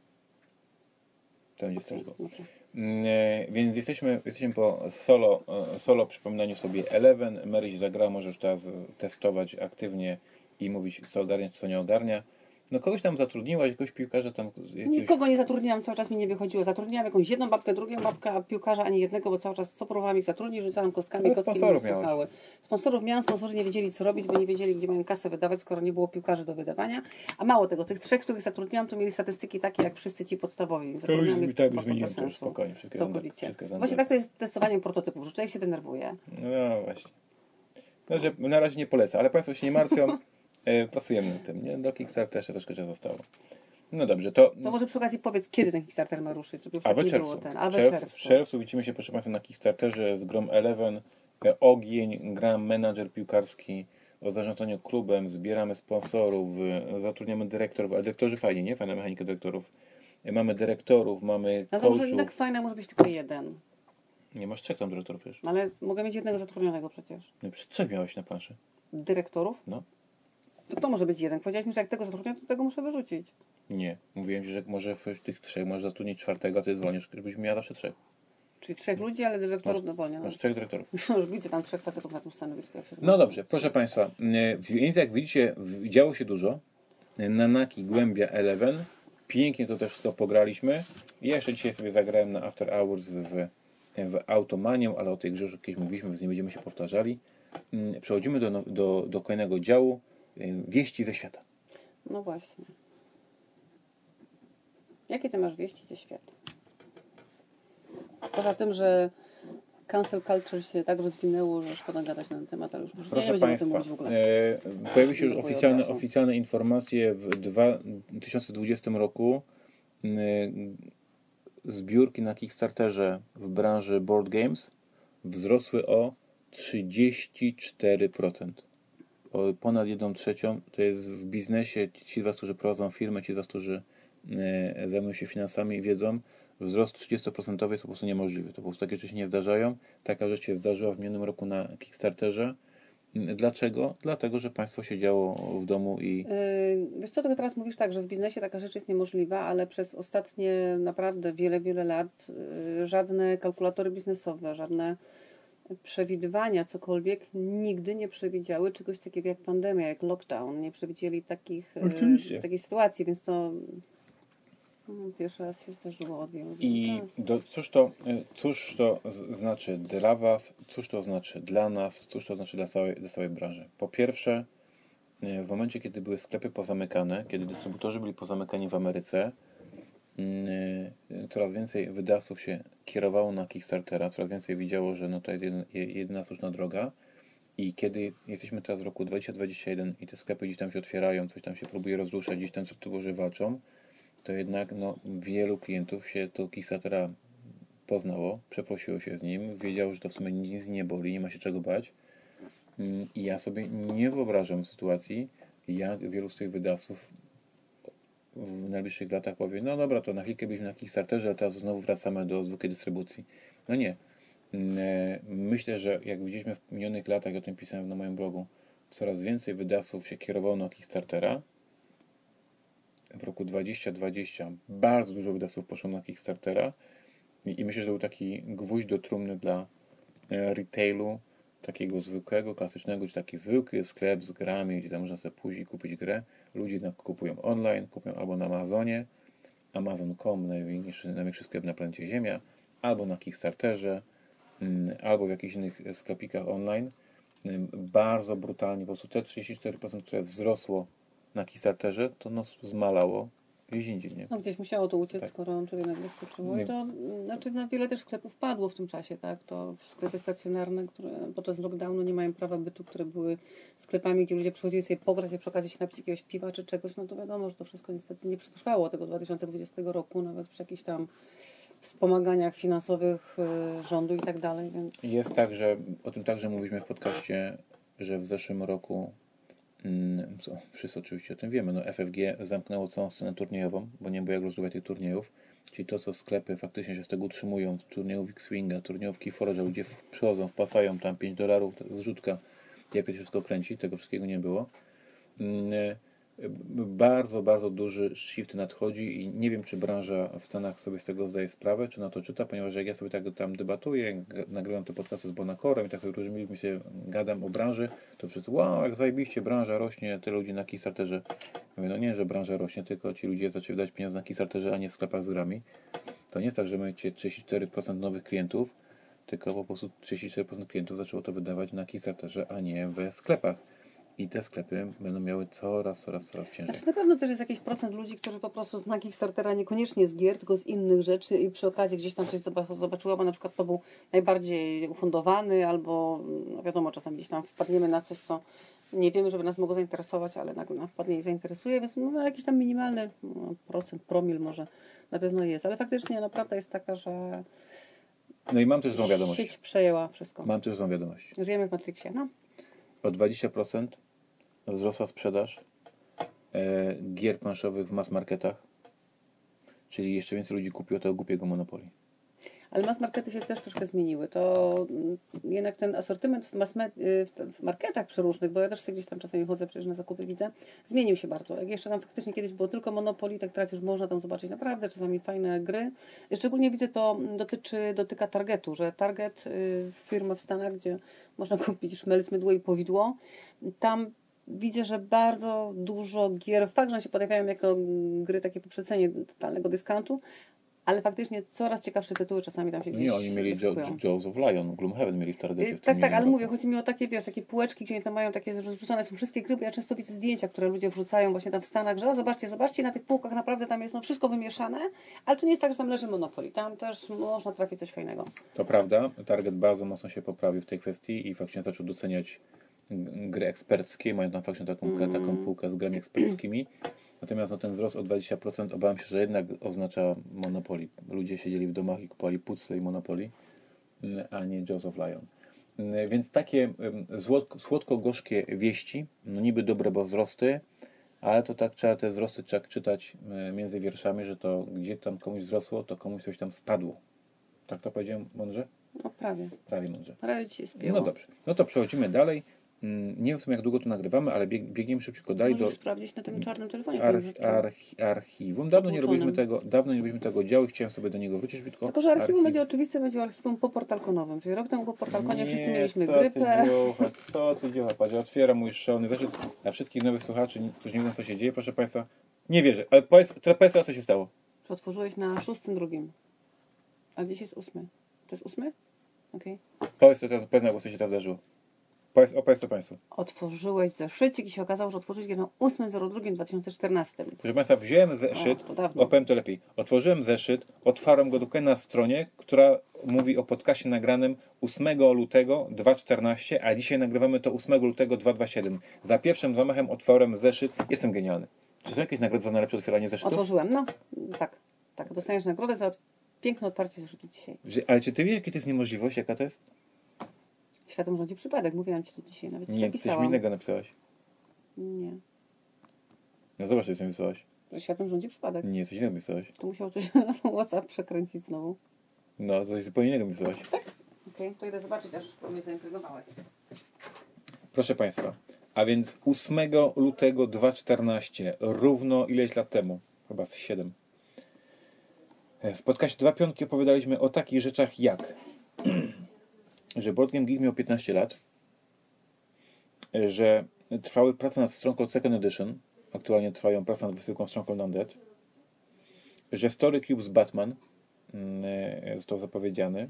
To będzie stretch goal. Dobrze. Więc jesteśmy po solo przypominaniu sobie Eleven. Mary zagrała, może już teraz testować aktywnie i mówić, co ogarnia, co nie ogarnia. No kogoś tam zatrudniłaś, jakiegoś piłkarza tam... Nikogo nie zatrudniałam, cały czas mi nie wychodziło. Zatrudniałam jakąś jedną babkę, drugą babkę, a piłkarza ani jednego, bo cały czas co próbowałam ich zatrudnić, rzucałam kostkami, Ale kostki sponsorów mnie nie słuchały. Sponsorów miałam, sponsorzy nie wiedzieli co robić, bo nie wiedzieli, gdzie mają kasę wydawać, skoro nie było piłkarzy do wydawania. A mało tego, tych trzech, których zatrudniałam, to mieli statystyki takie jak wszyscy ci podstawowi. To już tak bez zmieniłem, to sensu. już spokojnie. Wszystkie Całkowicie. wszystkie Właśnie tak to jest testowaniem prototypów, że człowiek się denerwuje. No właśnie. No, że na razie nie polecę, ale Państwo się nie martwią. Pracujemy nad tym, nie? Do Kickstartera jeszcze troszkę czasu zostało. No dobrze, to może przy okazji powiedz, kiedy ten Kickstarter ma ruszyć, żeby już a tak we nie czerwcu. było ten. W czerwcu widzimy się, proszę Państwa, na Kickstarterze z grą Eleven. Ogień, gra menadżer piłkarski o zarządzaniu klubem, zbieramy sponsorów, zatrudniamy dyrektorów, ale dyrektorzy fajnie, nie? Fajna mechanika dyrektorów. Mamy dyrektorów, mamy No to może coachów. jednak fajne może być tylko jeden. Nie masz trzech tam dyrektorów przecież. Ale mogę mieć jednego zatrudnionego przecież. No, przecież trzech miałeś na planszy. Dyrektorów? No. To może być jeden. Powiedziałeś mi, że jak tego zatrudnię, to tego muszę wyrzucić. Nie. Mówiłem Ci, że może w tych trzech możesz zatrudnić czwartego, a Ty zwolnisz, żebyś miała zawsze trzech. Czyli trzech ludzi, ale dyrektorów dowolnie. Masz trzech dyrektorów. Już widzę tam trzech facetów na tym stanowisku. Jak się No dobrze, proszę Państwa, więc jak widzicie, działo się dużo. Nanaki, Głębia, Eleven. Pięknie to też wszystko pograliśmy. Ja jeszcze dzisiaj sobie zagrałem na After Hours w Automanię, ale o tej grze już kiedyś mówiliśmy, więc nie będziemy się powtarzali. Przechodzimy do kolejnego działu. Wieści ze świata. No właśnie. Jakie Ty masz wieści ze świata? Poza tym, że cancel culture się tak rozwinęło, że szkoda gadać na ten temat, ale już może Proszę nie będziemy o tym Państwa, mówić w ogóle. pojawiły się już Dziękuję od razu. oficjalne informacje w 2020 roku. Zbiórki na Kickstarterze w branży board games wzrosły o 34%. O ponad 1/3 to jest w biznesie, ci z Was, którzy prowadzą firmę, ci z Was, którzy zajmują się finansami, wiedzą, wzrost 30% jest po prostu niemożliwy. To po prostu takie rzeczy się nie zdarzają. Taka rzecz się zdarzyła w minionym roku na Kickstarterze. Dlaczego? Dlatego, że państwo siedziało w domu i... Wiesz co, tylko teraz mówisz tak, że w biznesie taka rzecz jest niemożliwa, ale przez ostatnie naprawdę wiele lat żadne kalkulatory biznesowe, żadne przewidywania, cokolwiek, nigdy nie przewidziały czegoś takiego jak pandemia, jak lockdown. Nie przewidzieli Oczywiście. takiej sytuacji, więc to pierwszy raz się zdarzyło od wielu I czas. cóż to znaczy dla Was, cóż to znaczy dla nas, cóż to znaczy dla całej branży? Po pierwsze, w momencie, kiedy były sklepy pozamykane, kiedy dystrybutorzy byli pozamykani w Ameryce, coraz więcej wydawców się kierowało na Kickstartera, coraz więcej widziało, że no to jest jedyna słuszna droga. I kiedy jesteśmy teraz w roku 2021 i te sklepy gdzieś tam się otwierają, coś tam się próbuje rozruszać, gdzieś tam co tytułorzy walczą, to jednak wielu klientów się do Kickstartera poznało, przeprosiło się z nim, wiedziało, że to w sumie nic nie boli, nie ma się czego bać. I ja sobie nie wyobrażam sytuacji, jak wielu z tych wydawców w najbliższych latach powie, no dobra, to na chwilkę byliśmy na Kickstarterze, a teraz znowu wracamy do zwykłej dystrybucji. No nie. Myślę, że jak widzieliśmy w minionych latach, o tym pisałem na moim blogu, coraz więcej wydawców się kierowało na Kickstartera. W roku 2020 bardzo dużo wydawców poszło na Kickstartera i myślę, że to był taki gwóźdź do trumny dla retailu, takiego zwykłego, klasycznego, czy taki zwykły sklep z grami, gdzie tam można sobie pójść i kupić grę. Ludzie jednak kupują online, kupują albo na Amazonie, Amazon.com, największy sklep na planecie Ziemia, albo na Kickstarterze, albo w jakichś innych sklepikach online. Bardzo brutalnie, po prostu te 34%, które wzrosło na Kickstarterze, to zmalało gdzieś indziej, nie? No gdzieś musiało to uciec, Tak. skoro on tutaj nagle skoczyło. Nie. I to, znaczy wiele też sklepów padło w tym czasie, tak? To sklepy stacjonarne, które podczas lockdownu nie mają prawa bytu, które były sklepami, gdzie ludzie przychodzili sobie pograć i przy okazji się napić jakiegoś piwa czy czegoś, no to wiadomo, że to wszystko niestety nie przetrwało tego 2020 roku, nawet przy jakichś tam wspomaganiach finansowych rządu i tak dalej, więc... Jest tak, że o tym także mówiliśmy w podcaście, że w zeszłym roku, co wszyscy oczywiście o tym wiemy, FFG zamknęło całą scenę turniejową, bo nie było jak rozgrywać tych turniejów, czyli to, co sklepy faktycznie się z tego utrzymują, turniejów X-Winga, turniejów Keyforge'a, ludzie przychodzą, wpasają tam $5, zrzutka, jak to się wszystko kręci, tego wszystkiego nie było. Bardzo, bardzo duży shift nadchodzi i nie wiem, czy branża w Stanach sobie z tego zdaje sprawę, czy na to czyta, ponieważ jak ja sobie tak tam debatuję, nagrywam te podcasty z Bonacorem i tak sobie różnymi ludźmi się gadam o branży, to wszyscy, wow, jak zajebiście, branża rośnie, tyle ludzi na Kickstarterze. Ja mówię, no nie, że branża rośnie, tylko ci ludzie zaczęli dać pieniądze na Kickstarterze, a nie w sklepach z grami. To nie jest tak, że macie 34% nowych klientów, tylko po prostu 34% klientów zaczęło to wydawać na Kickstarterze, a nie we sklepach. I te sklepy będą miały coraz ciężej. Znaczy na pewno też jest jakiś procent ludzi, którzy po prostu z Kickstartera niekoniecznie z gier, tylko z innych rzeczy i przy okazji gdzieś tam coś zobaczyła, bo na przykład to był najbardziej ufundowany albo no wiadomo, czasami gdzieś tam wpadniemy na coś, co nie wiemy, żeby nas mogło zainteresować, ale nagle nam wpadnie i zainteresuje, więc no, jakiś tam minimalny procent, promil może na pewno jest, ale faktycznie prawda jest taka, że No i mam też złą wiadomość. sieć przejęła wszystko. Mam też złą wiadomość. Żyjemy w Matrixie, no. O 20% wzrosła sprzedaż gier planszowych w mass marketach, czyli jeszcze więcej ludzi kupiło tego głupiego Monopoly. Ale mass markety się też troszkę zmieniły. To jednak ten asortyment w marketach przeróżnych, bo ja też sobie gdzieś tam czasami chodzę, przecież na zakupy widzę, zmienił się bardzo. Jak jeszcze tam faktycznie kiedyś było tylko Monopoly, tak teraz już można tam zobaczyć naprawdę czasami fajne gry. Szczególnie widzę to dotyka Targetu, że Target, firma w Stanach, gdzie można kupić szmelc, mydło i powidło, tam widzę, że bardzo dużo gier, fakt, że one się pojawiają jako gry takie po przecenie totalnego dyskontu, ale faktycznie coraz ciekawsze tytuły czasami tam się gdzieś Nie, oni mieli wyszukują. Jaws of Lion, Gloomhaven mieli w Targecie w tym Tak, minionym ale roku. mówię, chodzi mi o takie, wiesz, takie półeczki, gdzie oni tam mają takie rozrzucone są wszystkie gry, bo ja często widzę zdjęcia, które ludzie wrzucają właśnie tam w Stanach, że zobaczcie, na tych półkach naprawdę tam jest wszystko wymieszane, ale to nie jest tak, że tam leży Monopoly, tam też można trafić coś fajnego. To prawda, Target bardzo mocno się poprawił w tej kwestii i faktycznie zaczął doceniać gry eksperckie, mają tam faktycznie taką półkę z grami eksperckimi. Natomiast ten wzrost o 20% obawiam się, że jednak oznacza Monopoly. Ludzie siedzieli w domach i kupowali pucle i Monopoly, a nie Jaws of Lion. Więc takie słodko-gorzkie wieści, niby dobre, bo wzrosty, ale to tak trzeba te wzrosty czytać między wierszami, że to gdzie tam komuś wzrosło, to komuś coś tam spadło. Tak to powiedziałem mądrze? No prawie. Prawie mądrze. Prawie ci się spięło. No dobrze. No to przechodzimy dalej. Nie wiem w sumie jak długo tu nagrywamy, ale biegniemy szybciutko dalej Możesz do sprawdzić na tym czarnym telefonie. archiwum. Dawno nie robiliśmy Odłączonym. tego działu i chciałem sobie do niego wrócić szybko. Tylko, że archiwum będzie oczywiste, będzie archiwum po portalkonowym. Czyli rok temu po portalkonie wszyscy mieliśmy grypę. Co ty dziocha, patrz, ja otwieram mój szalony zeszyt dla wszystkich nowych słuchaczy, którzy nie wiedzą co się dzieje, proszę Państwa. Nie wierzę, ale powiedz teraz co się stało. Że otworzyłeś na 6.2. A dziś jest 8. To jest 8? Okej. Powiedz co teraz pewnie, bo co się tam zdarzyło. Opowiedz to Państwu. Otworzyłeś zeszycik i się okazało, że otworzyłeś go na 8.02.2014. Proszę Państwa, wziąłem zeszyt, to dawno. opowiem to lepiej. Otworzyłem zeszyt, otwarłem go dokładnie na stronie, która mówi o podcaście nagranym 8 lutego 2014, a dzisiaj nagrywamy to 8 lutego 2027. Za pierwszym zamachem otworzyłem zeszyt. Jestem genialny. Czy są jakieś nagrody za najlepsze otwieranie zeszytu? Otworzyłem, no. Tak. Dostaniesz nagrodę za piękne otwarcie zeszytu dzisiaj. Ale czy ty wiesz, jaka to jest niemożliwość? Jaka to jest? Światem rządzi przypadek. Mówiłam ci to dzisiaj. Nawet ci Nie, coś napisałam. mi innego napisałaś. Nie. No zobacz, co mi wysłałaś. Że światem rządzi przypadek. Nie, coś innego napisałaś. To musiał coś WhatsApp przekręcić znowu. No, coś zupełnie innego mi wysłałaś. Okej, to idę zobaczyć, aż mnie zaintrygowałeś. Proszę Państwa, a więc 8 lutego 2014, równo ileś lat temu, chyba z 7. W podcaście 2 Piątki opowiadaliśmy o takich rzeczach jak, że Board Game Geek miał 15 lat, że trwały prace nad stronką Second Edition, aktualnie trwają prace nad wysyłką stronką Undead, że Story Cube z Batman został zapowiedziany.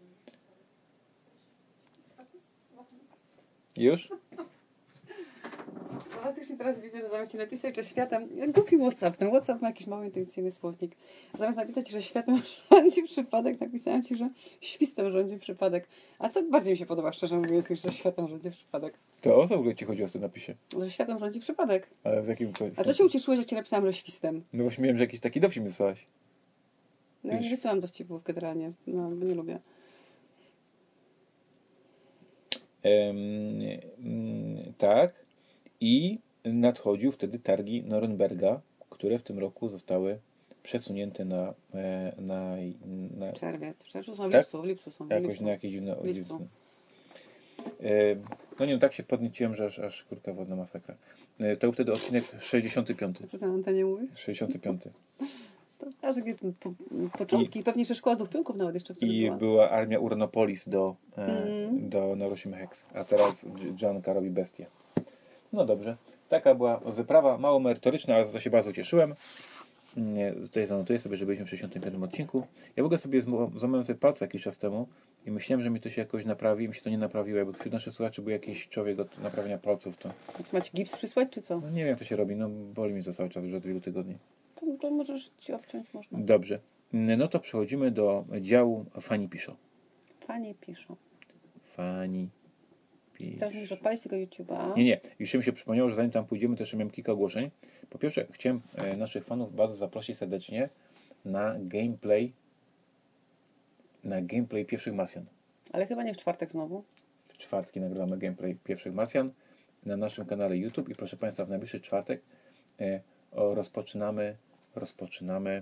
Już? No faktycznie teraz widzę, że zamiast ci napisać, że światem... Głupi WhatsApp. Ten WhatsApp ma jakiś mały intuicyjny słownik. Zamiast napisać, że światem rządzi przypadek, napisałam ci, że świstem rządzi przypadek. A co bardziej mi się podoba, szczerze mówiąc, niż że światem rządzi przypadek? To o co w ogóle Ci chodziło w tym napisie? Że światem rządzi przypadek. Ale w jakim... A to się ucieszyłeś, że ci napisałam, że świstem. No właśnie miałem, że jakiś taki dowcip mi wysłałaś. No ja nie wysyłam dowcipów generalnie. No, bo nie lubię. Tak. I nadchodził wtedy targi Norymberdga, które w tym roku zostały przesunięte na W czerwcu są, tak? w lipcu są. Jakoś na jakieś dziwne... lipcu. No nie wiem, tak się podnieciłem, że aż kurka wodna masakra. To był wtedy odcinek 65. Co ty na antenie mówisz? 65. To każdy początki. Pewnie, że szkoła dwóch pionków nawet jeszcze wtedy I była armia Uranopolis do Neuroshima Hex. A teraz Janka robi bestię. No dobrze. Taka była wyprawa, mało merytoryczna, ale za to się bardzo cieszyłem. Tutaj zanotuję sobie, że byliśmy w 65 odcinku. Ja w ogóle sobie złamałem sobie palce jakiś czas temu i myślałem, że mi to się jakoś naprawi i mi się to nie naprawiło. Jakby wśród naszych słuchaczy był jakiś człowiek od naprawienia palców, to Macie gips przysłać, czy co? no nie wiem, jak to się robi. No boli mi to cały czas już od wielu tygodni. To możesz ci obciąć, można. Dobrze. No to przechodzimy do działu Fani piszą. Fani piszą. Fani Teraz musisz odpalić tego YouTube'a. Nie. Już mi się przypomniało, że zanim tam pójdziemy, to jeszcze miałem kilka ogłoszeń. Po pierwsze, chciałem naszych fanów bardzo zaprosić serdecznie na gameplay pierwszych Marsjan. Ale chyba nie w czwartek znowu. W czwartki nagrywamy gameplay pierwszych Marsjan na naszym kanale YouTube i proszę Państwa, w najbliższy czwartek rozpoczynamy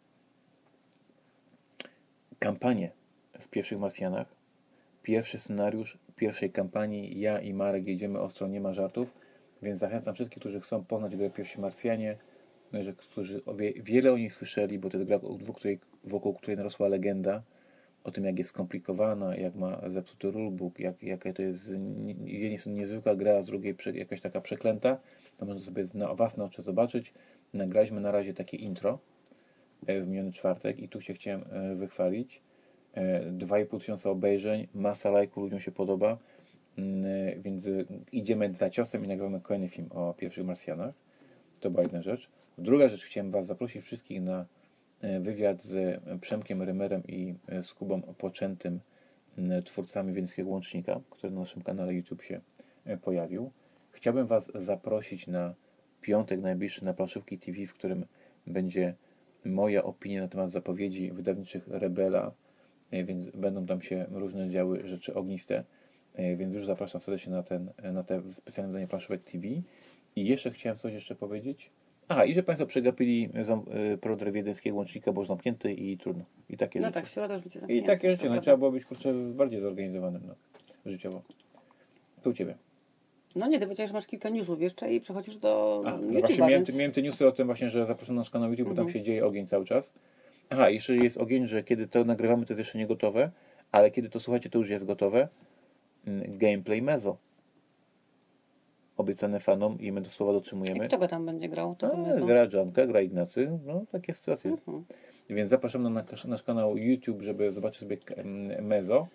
kampanię w pierwszych Marsjanach. Pierwszy scenariusz pierwszej kampanii. Ja i Marek jedziemy ostro, nie ma żartów, więc zachęcam wszystkich, którzy chcą poznać grę Pierwsi Marsjanie, którzy wiele o nich słyszeli, bo to jest gra, wokół której narosła legenda o tym, jak jest skomplikowana, jak ma zepsuty rulebook, jaka to jest z jednej strony niezwykła gra, a z drugiej jakaś taka przeklęta. To można sobie na własne oczy zobaczyć. Nagraliśmy na razie takie intro w miniony czwartek i tu się chciałem wychwalić. 2500 obejrzeń, masa lajków, ludziom się podoba, więc idziemy za ciosem i nagramy kolejny film o pierwszych Marsjanach. To była jedna rzecz. Druga rzecz, chciałem Was zaprosić wszystkich na wywiad z Przemkiem Rymerem i z Kubą Poczętym, twórcami Wiedeńskiego Łącznika, który na naszym kanale YouTube się pojawił. Chciałbym Was zaprosić na piątek najbliższy na Planszówki TV, w którym będzie moja opinia na temat zapowiedzi wydawniczych Rebela, więc będą tam się różne działy rzeczy ogniste, więc już zapraszam serdecznie na te specjalne wydanie Planszówek TV. I jeszcze chciałem coś jeszcze powiedzieć. Aha, i że Państwo przegapili prodre Wiedeńskiego Łącznika, bo już zamknięty i trudno. I takie No rzeczy. tak, środa już będzie zamknięta. I takie rzeczy, no trzeba było być bardziej zorganizowanym życiowo. To u Ciebie. No nie, ty powiedziałeś, że masz kilka newsów jeszcze i przechodzisz do No YouTube'a, właśnie więc... miałem te newsy o tym właśnie, że zapraszam na nasz kanał YouTube, bo tam się dzieje ogień cały czas. Aha, jeszcze jest ogień, że kiedy to nagrywamy, to jest jeszcze nie gotowe, ale kiedy to słuchacie, to już jest gotowe. Gameplay Mezo. Obiecane fanom i my do słowa dotrzymujemy. I kto go tam będzie grał? Gra Janka, gra Ignacy, no takie sytuacje. Więc zapraszam na nasz kanał YouTube, żeby zobaczyć sobie Mezo.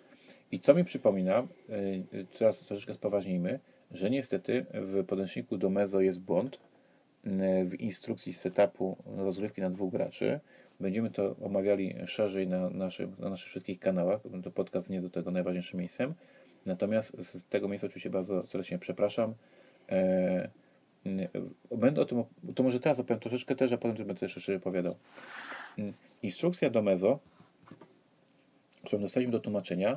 I co mi przypomina, teraz troszeczkę spoważnijmy, że niestety w podręczniku do Mezo jest błąd w instrukcji setupu rozgrywki na 2 graczy. Będziemy to omawiali szerzej na naszych wszystkich kanałach. To podcast nie do tego najważniejszym miejscem. Natomiast z tego miejsca oczywiście bardzo serdecznie przepraszam. Będę o tym, to może teraz opowiem troszeczkę też, a potem będę też jeszcze opowiadał. Instrukcja do Mezo, którą dostaliśmy do tłumaczenia,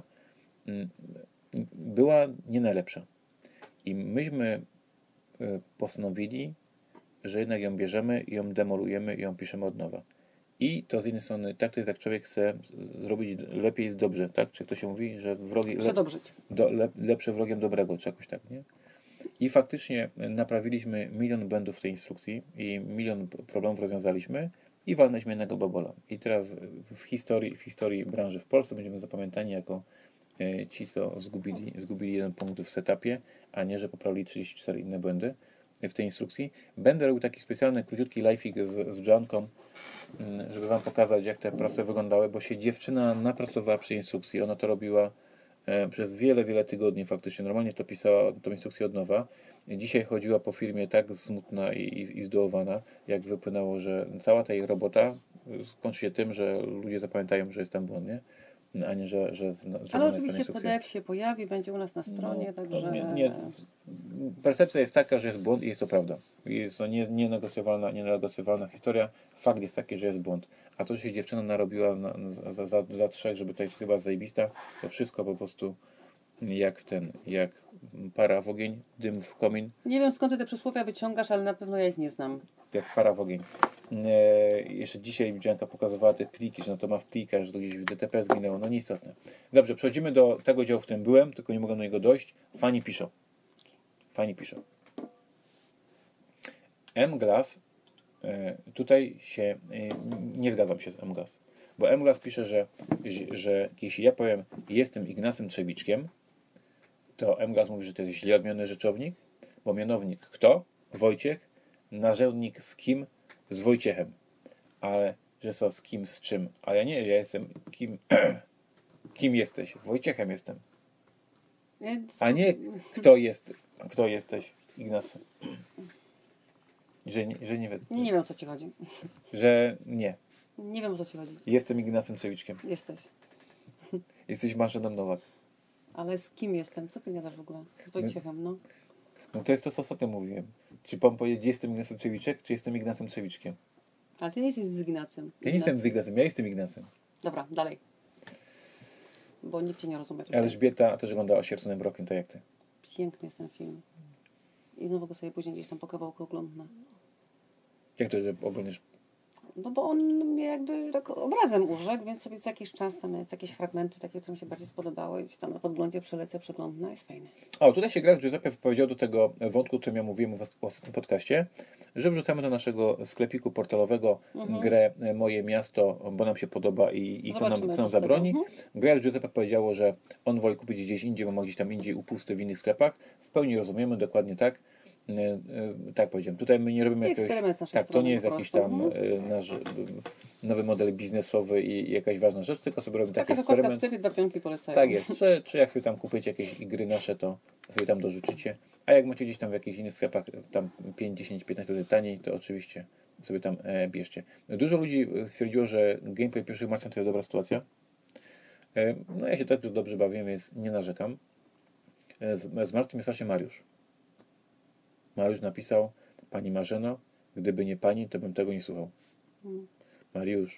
była nie najlepsza. I myśmy postanowili, że jednak ją bierzemy, ją demolujemy i ją piszemy od nowa. I to z jednej strony, tak to jest, jak człowiek chce zrobić lepiej jest dobrze, tak? Czy to się mówi, że lepsze wrogiem dobrego, czy jakoś tak, nie? I faktycznie naprawiliśmy 1 000 000 błędów w tej instrukcji i 1 000 000 problemów rozwiązaliśmy i walnęliśmy jednego bobola. I teraz w historii branży w Polsce będziemy zapamiętani jako ci, co zgubili 1 punkt w setupie, a nie, że poprawili 34 inne błędy w tej instrukcji. Będę robił taki specjalny, króciutki live'ik z Joanką, żeby wam pokazać, jak te prace wyglądały, bo się dziewczyna napracowała przy instrukcji. Ona to robiła przez wiele tygodni faktycznie. Normalnie to pisała tą instrukcję od nowa. Dzisiaj chodziła po firmie tak smutna i zdołowana, jak wypłynęło, że cała ta jej robota skończy się tym, że ludzie zapamiętają, że jest tam błąd, nie? A nie, że ale oczywiście PDF się pojawi, będzie u nas na stronie, także... Percepcja jest taka, że jest błąd i jest to prawda. Jest to nienegocjowalna historia. Fakt jest taki, że jest błąd. A to, że się dziewczyna narobiła za 3, żeby to jest chyba zajebista, to wszystko po prostu jak para w ogień, dym w komin. Nie wiem, skąd ty te przysłowia wyciągasz, ale na pewno ja ich nie znam. Jak para w ogień. Jeszcze dzisiaj Dzianka pokazywała te pliki, że no to ma w plikach, że to gdzieś w DTP zginęło. No nieistotne. Dobrze, przechodzimy do tego działu, w którym byłem, tylko nie mogę do niego dojść. Fani piszą. M-Glass, tutaj się nie zgadzam się z M-Glass, bo M-Glass pisze, że jeśli ja powiem jestem Ignacym Trzewiczkiem, to M-Glass mówi, że to jest źle odmieniony rzeczownik, bo mianownik kto? Wojciech, narzędnik z kim? Z Wojciechem. Ale, że co z kim, z czym? Ale nie, ja jestem kim? Kim jesteś? Wojciechem jestem. A nie kto jesteś, Ignacy. Że nie wiem. Nie wiem, o co ci chodzi. Że nie. Nie wiem, o co ci chodzi. Jestem Ignacym Trzewiczkiem. Jesteś. Jesteś Marszeną Nowak. Ale z kim jestem? Co ty gadasz w ogóle? Z Wojciechem, no. No to jest to, co ostatnio mówiłem. Czy pan powiedzieć, jestem Ignacym Trzewiczek, czy jestem Ignacym Trzewiczkiem? Ale ty nie jesteś z Ignacym. Ja nie jestem z Ignacym, ja jestem Ignacym. Dobra, dalej. Bo nikt cię nie rozumie. Elżbieta też ogląda Osierconym Mrokiem, tak jak ty. Piękny jest ten film. I znowu go sobie później gdzieś tam po kawałku oglądnę. Jak to, że oglądasz? No bo on mnie jakby tak obrazem urzekł, więc sobie co jakiś czas tam jakieś fragmenty takie, które mi się bardziej spodobały, gdzieś tam na podglądzie przeglądnę, jest fajne. O, tutaj się Greg Giuseppe powiedział do tego wątku, o którym ja mówiłem w ostatnim podcaście, że wrzucamy do naszego sklepiku portalowego grę Moje Miasto, bo nam się podoba i kto nam zabroni. Greg Giuseppe powiedziało, że on woli kupić gdzieś indziej, bo ma gdzieś tam indziej upusty w innych sklepach. W pełni rozumiemy, dokładnie tak. Tak powiedziałem. Tutaj my nie robimy jakiegoś... Tak, to nie jest jakiś tam nasz nowy model biznesowy i jakaś ważna rzecz, tylko sobie robimy taki eksperyment. W sklepie 2 pionki polecają. Tak jest. Czy jak sobie tam kupicie jakieś gry nasze, to sobie tam dorzucicie. A jak macie gdzieś tam w jakichś innych sklepach tam 5, 10, 15 zł taniej, to oczywiście sobie tam bierzcie. Dużo ludzi stwierdziło, że gameplay pierwszych Marsjan to jest dobra sytuacja. No ja się też dobrze bawię, więc nie narzekam. Zmarł mi strasznie Mariusz. Mariusz napisał: Pani Marzeno, gdyby nie pani, to bym tego nie słuchał. Mariusz.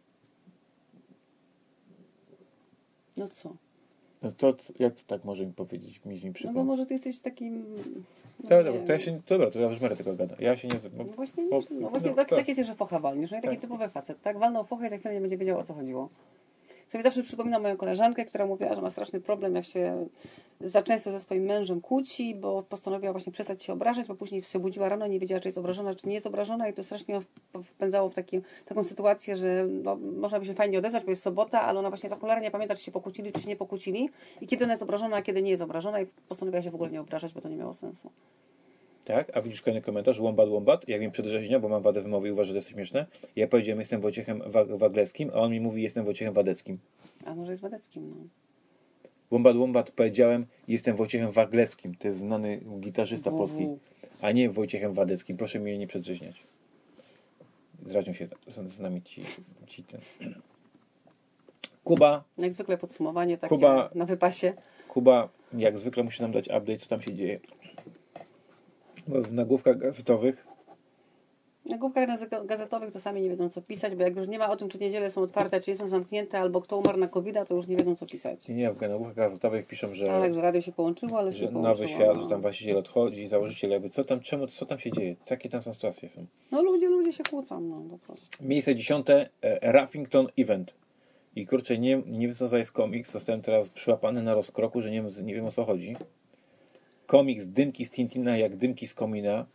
No co? No to jak tak może mi powiedzieć, mi przykład? No bo może ty jesteś takim... Dobra, to ja już będę tego gada. Ja się nie... Takie cię, że focha walnisz, no i taki typowy facet, tak? Walnął fochę i za chwilę nie będzie wiedział, o co chodziło. Sobie zawsze przypominam moją koleżankę, która mówiła, że ma straszny problem, jak się za często ze swoim mężem kłóci, bo postanowiła właśnie przestać się obrażać, bo później się budziła rano, nie wiedziała, czy jest obrażona, czy nie jest obrażona i to strasznie wpędzało w taką sytuację, że no, można by się fajnie odezwać, bo jest sobota, ale ona właśnie za cholernie pamięta, czy się pokłócili, czy się nie pokłócili i kiedy ona jest obrażona, a kiedy nie jest obrażona i postanowiła się w ogóle nie obrażać, bo to nie miało sensu. Tak, a widzisz kolejny komentarz, łombat, jak mnie przedrzeźnia, bo mam wadę wymowy i uważa, że to jest śmieszne. Ja powiedziałem, jestem Wojciechem Waglewskim, a on mi mówi, jestem Wojciechem Wadeckim. A może jest Wadeckim, no. Wombat powiedziałem, jestem Wojciechem Waglewskim. To jest znany gitarzysta polski, a nie Wojciechem Wadeckim. Proszę mnie nie przedrzeźniać. Zraźnią się z nami ci ten. Kuba. Jak zwykle podsumowanie takie Kuba, na wypasie. Kuba, jak zwykle musi nam dać update, co tam się dzieje. Bo w nagłówkach gazetowych. W nagłówkach gazetowych to sami nie wiedzą, co pisać, bo jak już nie ma o tym, czy niedziele są otwarte, czy nie są zamknięte, albo kto umarł na COVID-a, to już nie wiedzą, co pisać. Nie, w nagłówkach gazetowych piszą, że, Tak, że radio się połączyło, ale się że połączyło. nowy świat, że tam właściciel odchodzi, założyciel jakby, co tam się dzieje? Jakie tam są sytuacje są? No ludzie się kłócą, no po prostu. Miejsce 10. Ruffington Event. I kurczę, nie wiem co to jest komiks, zostałem teraz przyłapany na rozkroku, że nie wiem o co chodzi. Komiks Dymki z Tintina jak dymki z komina.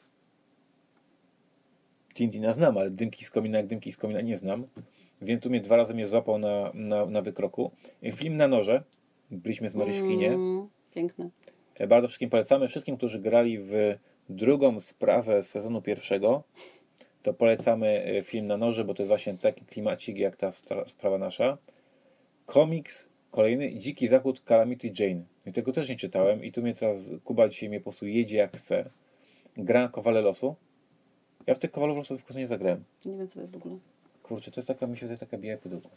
Tintina znam, ale dymki z komina jak dymki z komina nie znam. Więc tu mnie 2 razy mnie złapał na wykroku. Film na noże. Byliśmy z Maryś w kinie. Piękne. Bardzo wszystkim polecamy. Wszystkim, którzy grali w drugą sprawę z sezonu 1, to polecamy film na noże, bo to jest właśnie taki klimacik jak ta sprawa nasza. Komiks kolejny, Dziki Zachód Calamity Jane. I tego też nie czytałem i tu mnie teraz Kuba dzisiaj mnie po prostu jedzie jak chce. Gra Kowale Losu. Ja w tych Kowalów Losu w końcu nie zagrałem. Nie wiem, co to jest w ogóle. Kurczę, to jest taka, mi się wydaje, taka biała pudełko.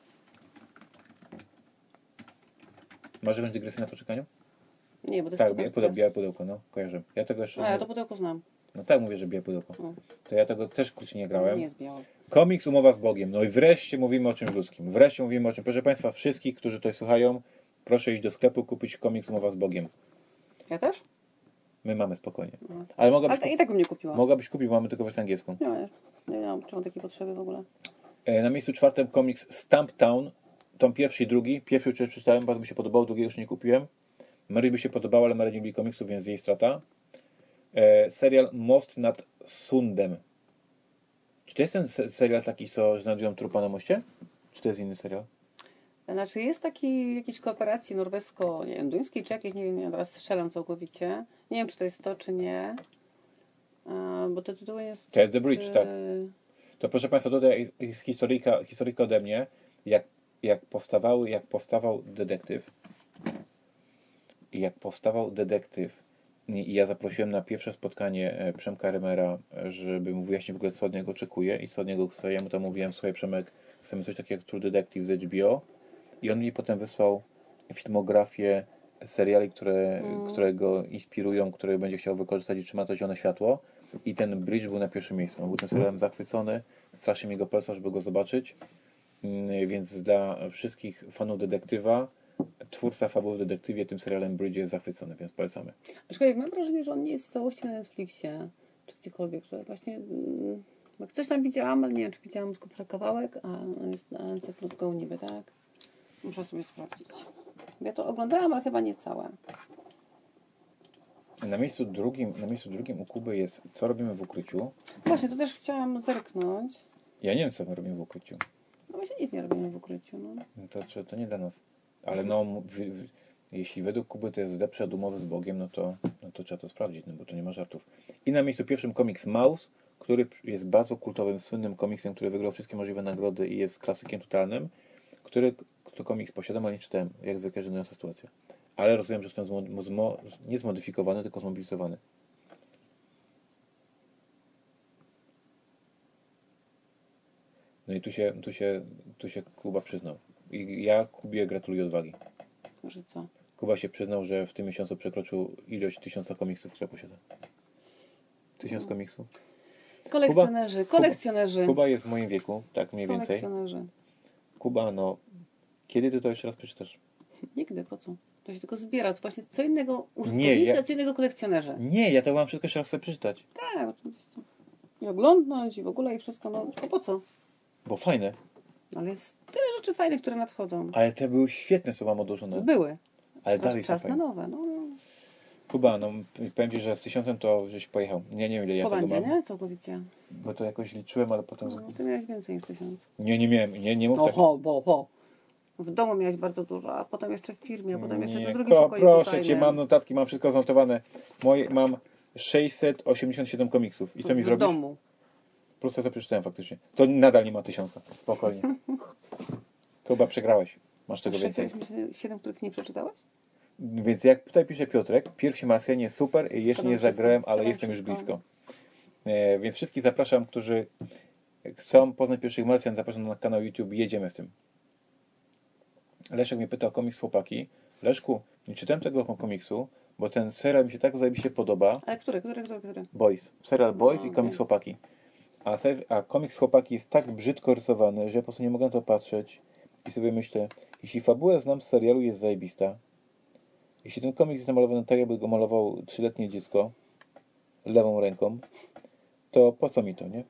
Masz jakąś dygresję na poczekaniu? Nie, bo to Tak, jest białe pudełko, no, kojarzę. Ja tego jeszcze... ja to pudełko znam. No tak, mówię, że białe pudełko. To ja tego też kurczę nie grałem. Nie jest białe. Komiks Umowa z Bogiem. No i wreszcie mówimy o czymś ludzkim. Wreszcie mówimy o czym. Proszę Państwa, wszystkich, którzy tutaj słuchają, proszę iść do sklepu, kupić komiks Umowa z Bogiem. Ja też? My mamy spokojnie. Ale i tak bym nie kupiła. Mogłabyś kupić, bo mamy tylko wersję angielską. Nie mam takiej potrzeby w ogóle. Na miejscu 4 komiks Stumptown. Tom 1 i 2. Pierwszy już przeczytałem, bardzo mi się podobał, drugiego już nie kupiłem. Mary by się podobało, ale Mary nie lubi komiksów, więc jej strata. Serial Most nad Sundem. Czy to jest ten serial taki, co znajdują trupa na moście? Czy to jest inny serial? Znaczy jest taki jakiejś kooperacji norwesko, nie wiem, duńskiej czy jakieś, nie wiem, ja teraz strzelam całkowicie. Nie wiem, czy to jest to, czy nie. Bo to tytuł jest... To jest The Bridge, tak. To proszę Państwa, tutaj jest historyjka ode mnie, jak powstawał detektyw. I ja zaprosiłem na pierwsze spotkanie Przemka Remera, żeby mu wyjaśnić w ogóle, co od niego oczekuje i co od niego chce. Ja mu tam mówiłem, słuchaj Przemek, chcemy coś takiego jak True Detective z HBO. I on mi potem wysłał filmografię seriali, które go inspirują, które będzie chciał wykorzystać i trzyma to zielone światło. I ten Bridge był na pierwszym miejscu. On był tym serialem zachwycony. Strasznie mi go polecał, żeby go zobaczyć. Więc dla wszystkich fanów detektywa, twórca fabuły w detektywie tym serialem Bridge jest zachwycony, więc polecamy. Aczkolwiek mam wrażenie, że on nie jest w całości na Netflixie, czy gdziekolwiek, że właśnie jak coś tam widziałam, ale nie wiem, czy widziałam tylko kawałek, a on jest na NC Plus Go niby, tak? Muszę sobie sprawdzić. Ja to oglądałam, ale chyba nie całe. Na miejscu drugim u Kuby jest Co robimy w ukryciu. Właśnie, to też chciałam zerknąć. Ja nie wiem, co my robimy w ukryciu. No właśnie nic nie robimy w ukryciu. No. To nie dla nas. Ale no, jeśli według Kuby to jest lepsze od Umowy z Bogiem, no to trzeba to sprawdzić, no bo to nie ma żartów. I na miejscu pierwszym komiks Maus, który jest bardzo kultowym, słynnym komiksem, który wygrał wszystkie możliwe nagrody i jest klasykiem totalnym, który komiks posiadam, ale nie czytałem. Jak zwykle żenująca sytuacja. Ale rozumiem, że jestem nie zmodyfikowany, tylko zmobilizowany. No i tu się Kuba przyznał. I ja Kubie gratuluję odwagi. Że co? Kuba się przyznał, że w tym miesiącu przekroczył ilość 1000 komiksów, które posiada. 1000 komiksów. Kolekcjonerzy. Kuba jest w moim wieku, tak mniej więcej. Kolekcjonerzy. Kuba, no, kiedy ty to jeszcze raz przeczytasz? Nigdy, po co? To się tylko zbiera. To właśnie co innego użytkownicy, a co innego kolekcjonerzy. Nie, ja to mam wszystko jeszcze raz sobie przeczytać. Tak, oczywiście. I oglądnąć, i w ogóle, i wszystko. No, tylko po co? Bo fajne. Ale jest tyle rzeczy fajnych, które nadchodzą. Ale te były świetne, co mam odłożone. Były. Ale dalej czas są na fajne. nowe. No. Kuba, no powiem Ci, że z 1000 to żeś pojechał. Nie wiem ile ja Po tego bandzie, mam. nie? Całkowicie. Bo to jakoś liczyłem, ale potem... No, ty miałeś więcej niż 1000. Nie miałem, nie mów tak. W domu miałeś bardzo dużo, a potem jeszcze w firmie, a potem jeszcze w drugim pokoju. Proszę Cię, mam notatki, mam wszystko zanotowane. Mam 687 komiksów. I co mi w zrobisz? domu. Plus to, co przeczytałem faktycznie. To nadal nie ma 1000. Spokojnie. Kuba, przegrałeś. Masz tego więcej. 687, których nie przeczytałeś? Więc jak tutaj pisze Piotrek, Pierwsi Marsjanie super, jeszcze nie zagrałem, ale Sprzedam jestem już wszystko. blisko. Więc wszystkich zapraszam, którzy chcą poznać Pierwszych Marsjan, zapraszam na kanał YouTube, jedziemy z tym. Leszek mnie pyta o komiks Chłopaki. Leszku, nie czytałem tego komiksu, bo ten serial mi się tak zajebiście podoba. Ale który? Boys. Serial Boys i komiks wiem. Chłopaki. A komiks Chłopaki jest tak brzydko rysowany, że ja po prostu nie mogę na to patrzeć i sobie myślę, jeśli fabułę znam z serialu jest zajebista, jeśli ten komiks jest namalowany tak, jakby go malował 3-letnie dziecko lewą ręką, to po co mi to, nie?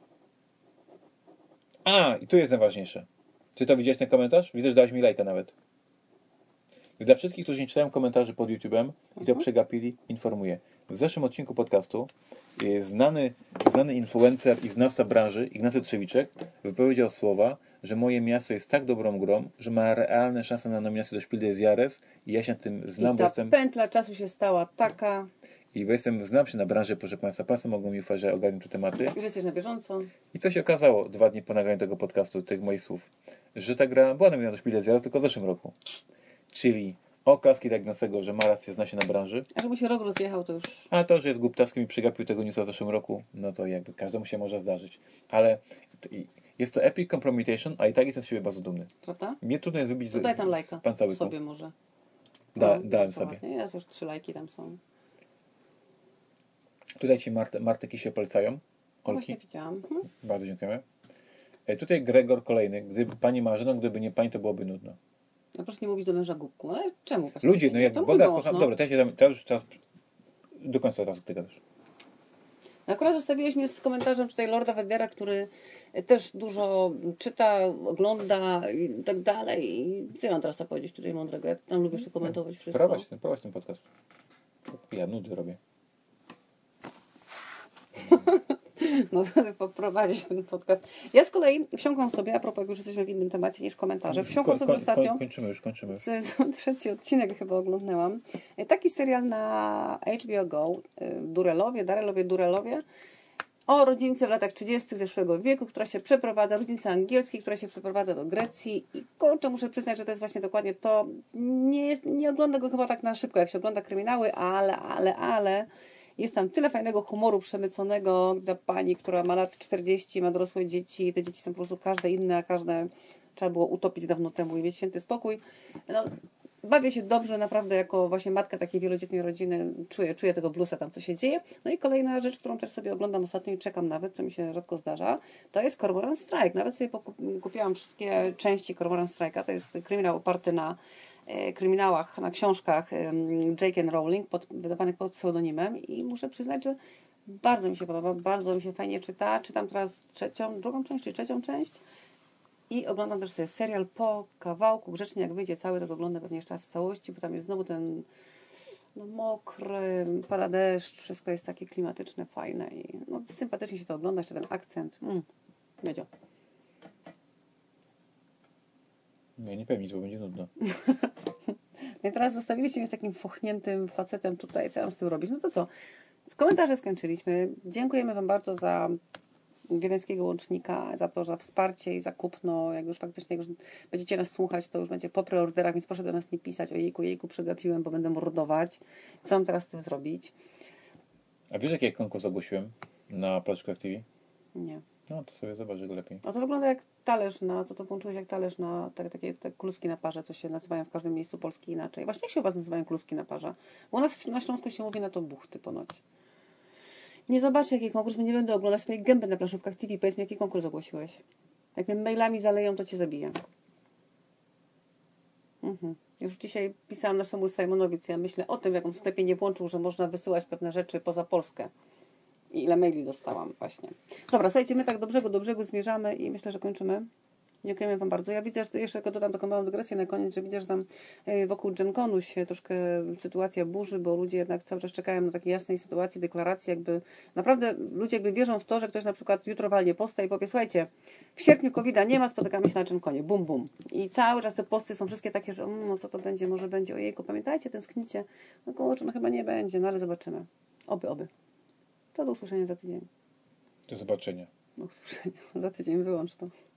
I tu jest najważniejsze. Ty to widziałeś ten komentarz? Widzę, że dałeś mi lajka nawet. Dla wszystkich, którzy nie czytają komentarzy pod YouTube'em i to przegapili, informuję. W zeszłym odcinku podcastu znany influencer i znawca branży Ignacy Trzewiczek wypowiedział słowa, że moje miasto jest tak dobrą grą, że ma realne szanse na nominację do Spiel des Jahres i ja się na tym znam, I bo ta jestem... pętla czasu się stała taka, znam się na branży, proszę Państwa. Państwo mogą mi ufać, że ogarniam te tematy. że jesteś na bieżąco. I co się okazało 2 dni po nagraniu tego podcastu, tych moich słów, że ta gra była nominowana do Spiel des Jahres tylko w zeszłym roku. Czyli oklaski dla Ignacego, że ma rację, zna się na branży. A że mu się rok rozjechał, to już... A to, że jest głuptaskiem i przegapił tego newsa w zeszłym roku, no to jakby każdemu się może zdarzyć. Ale jest to epic compromission, a i tak jestem z siebie bardzo dumny. Prawda? Mnie trudno jest wybić To daj tam lajka z pancałyku. sobie może. Dałem sobie. Ładnie. Jest już 3 lajki tam są. Tutaj Ci Martę Kisie polecają. No Kolki. właśnie widziałam. Bardzo dziękujemy. Tutaj Gregor kolejny. Gdyby Pani Marzeno, gdyby nie Pani, to byłoby nudno. No proszę nie mówić do męża głupku. Ale czemu właściwie? Ludzie, no jak to Boga mąż, kocham... no. Dobra, teraz do końca teraz Ty gadasz. Akurat zostawiłeś mnie z komentarzem tutaj Lorda Wedera, który też dużo czyta, ogląda i tak dalej. I co ja mam teraz powiedzieć tutaj mądrego? Jak tam lubisz to komentować wszystko? Prowadź ten podcast. Ja nudy robię. No to poprowadzić ten podcast. Ja z kolei wsiąkłam sobie, a propos, jak już jesteśmy w innym temacie niż komentarze, wsiąkłam sobie ostatnio, Kończymy. sezon 3 odcinek chyba oglądałam, taki serial na HBO Go, Durelowie, o rodzince w latach 30. zeszłego wieku, która się przeprowadza, rodzince angielskiej, która się przeprowadza do Grecji i kurczę, muszę przyznać, że to jest właśnie dokładnie to. Nie ogląda go chyba tak na szybko, jak się ogląda kryminały, ale jest tam tyle fajnego humoru przemyconego dla pani, która ma lat 40, ma dorosłe dzieci. Te dzieci są po prostu każde inne, a każde trzeba było utopić dawno temu i mieć święty spokój. No, bawię się dobrze, naprawdę, jako właśnie matka takiej wielodzietnej rodziny. Czuję tego bluesa tam, co się dzieje. No i kolejna rzecz, którą też sobie oglądam ostatnio i czekam nawet, co mi się rzadko zdarza, to jest Cormoran Strike. Nawet sobie kupiłam wszystkie części Cormoran Strike'a. To jest kryminał oparty na kryminałach, na książkach J.K. Rowling, wydawanych pod pseudonimem i muszę przyznać, że bardzo mi się podoba, bardzo mi się fajnie czyta. Czytam teraz drugą część czy trzecią część i oglądam też sobie serial po kawałku, grzecznie jak wyjdzie cały, to go oglądam pewnie jeszcze raz w całości, bo tam jest znowu ten mokry, pada deszcz, wszystko jest takie klimatyczne, fajne i sympatycznie się to ogląda, jeszcze ten akcent. Wiedział. No nie powiem nic, bo będzie nudno. No i teraz zostawiliście mnie z takim fochniętym facetem tutaj, co ja mam z tym robić? No to co? W komentarze skończyliśmy. Dziękujemy Wam bardzo za wiedeńskiego łącznika, za to, za wsparcie i za kupno. Jak już będziecie nas słuchać, to już będzie po preorderach, więc proszę do nas nie pisać. Jejku, przegapiłem, bo będę mordować. Co mam teraz z tym zrobić? A wiesz, jaki konkurs ogłosiłem na Placzkach TV? Nie. No to sobie zobacz go lepiej. No to wygląda jak talerz to włączyłeś jak talerz na takie kluski na parze, co się nazywają w każdym miejscu Polski inaczej. Właśnie jak się u Was nazywają kluski na parze? Bo u nas na Śląsku się mówi na to buchty ponoć. Nie zobaczę, jaki konkurs, bo nie będę oglądać swojej gęby na Planszówkach TV. Powiedz mi, jaki konkurs ogłosiłeś. Jak mnie mailami zaleją, to Cię zabiję. Już dzisiaj pisałam naszemu Simonowi, co ja myślę o tym, jak on w sklepie nie włączył, że można wysyłać pewne rzeczy poza Polskę. I ile maili dostałam właśnie. Dobra, słuchajcie, my tak do brzegu zmierzamy i myślę, że kończymy. Dziękujemy Wam bardzo. Ja widzę, że jeszcze tylko dodam taką małą dygresję na koniec, że widzę, że tam wokół GenConu się troszkę sytuacja burzy, bo ludzie jednak cały czas czekają na takiej jasnej sytuacji, deklaracji, jakby naprawdę ludzie jakby wierzą w to, że ktoś na przykład jutro walnie posta i powie, słuchajcie, w sierpniu COVID-a nie ma, spotykamy się na GenConie, bum, bum. I cały czas te posty są wszystkie takie, że no co to będzie, może będzie, ojejku, pamiętajcie, tęsknicie. No kurczę, no chyba nie będzie, no ale zobaczymy. Oby. To do usłyszenia za tydzień. Do zobaczenia. Do usłyszenia. Za tydzień wyłącz to.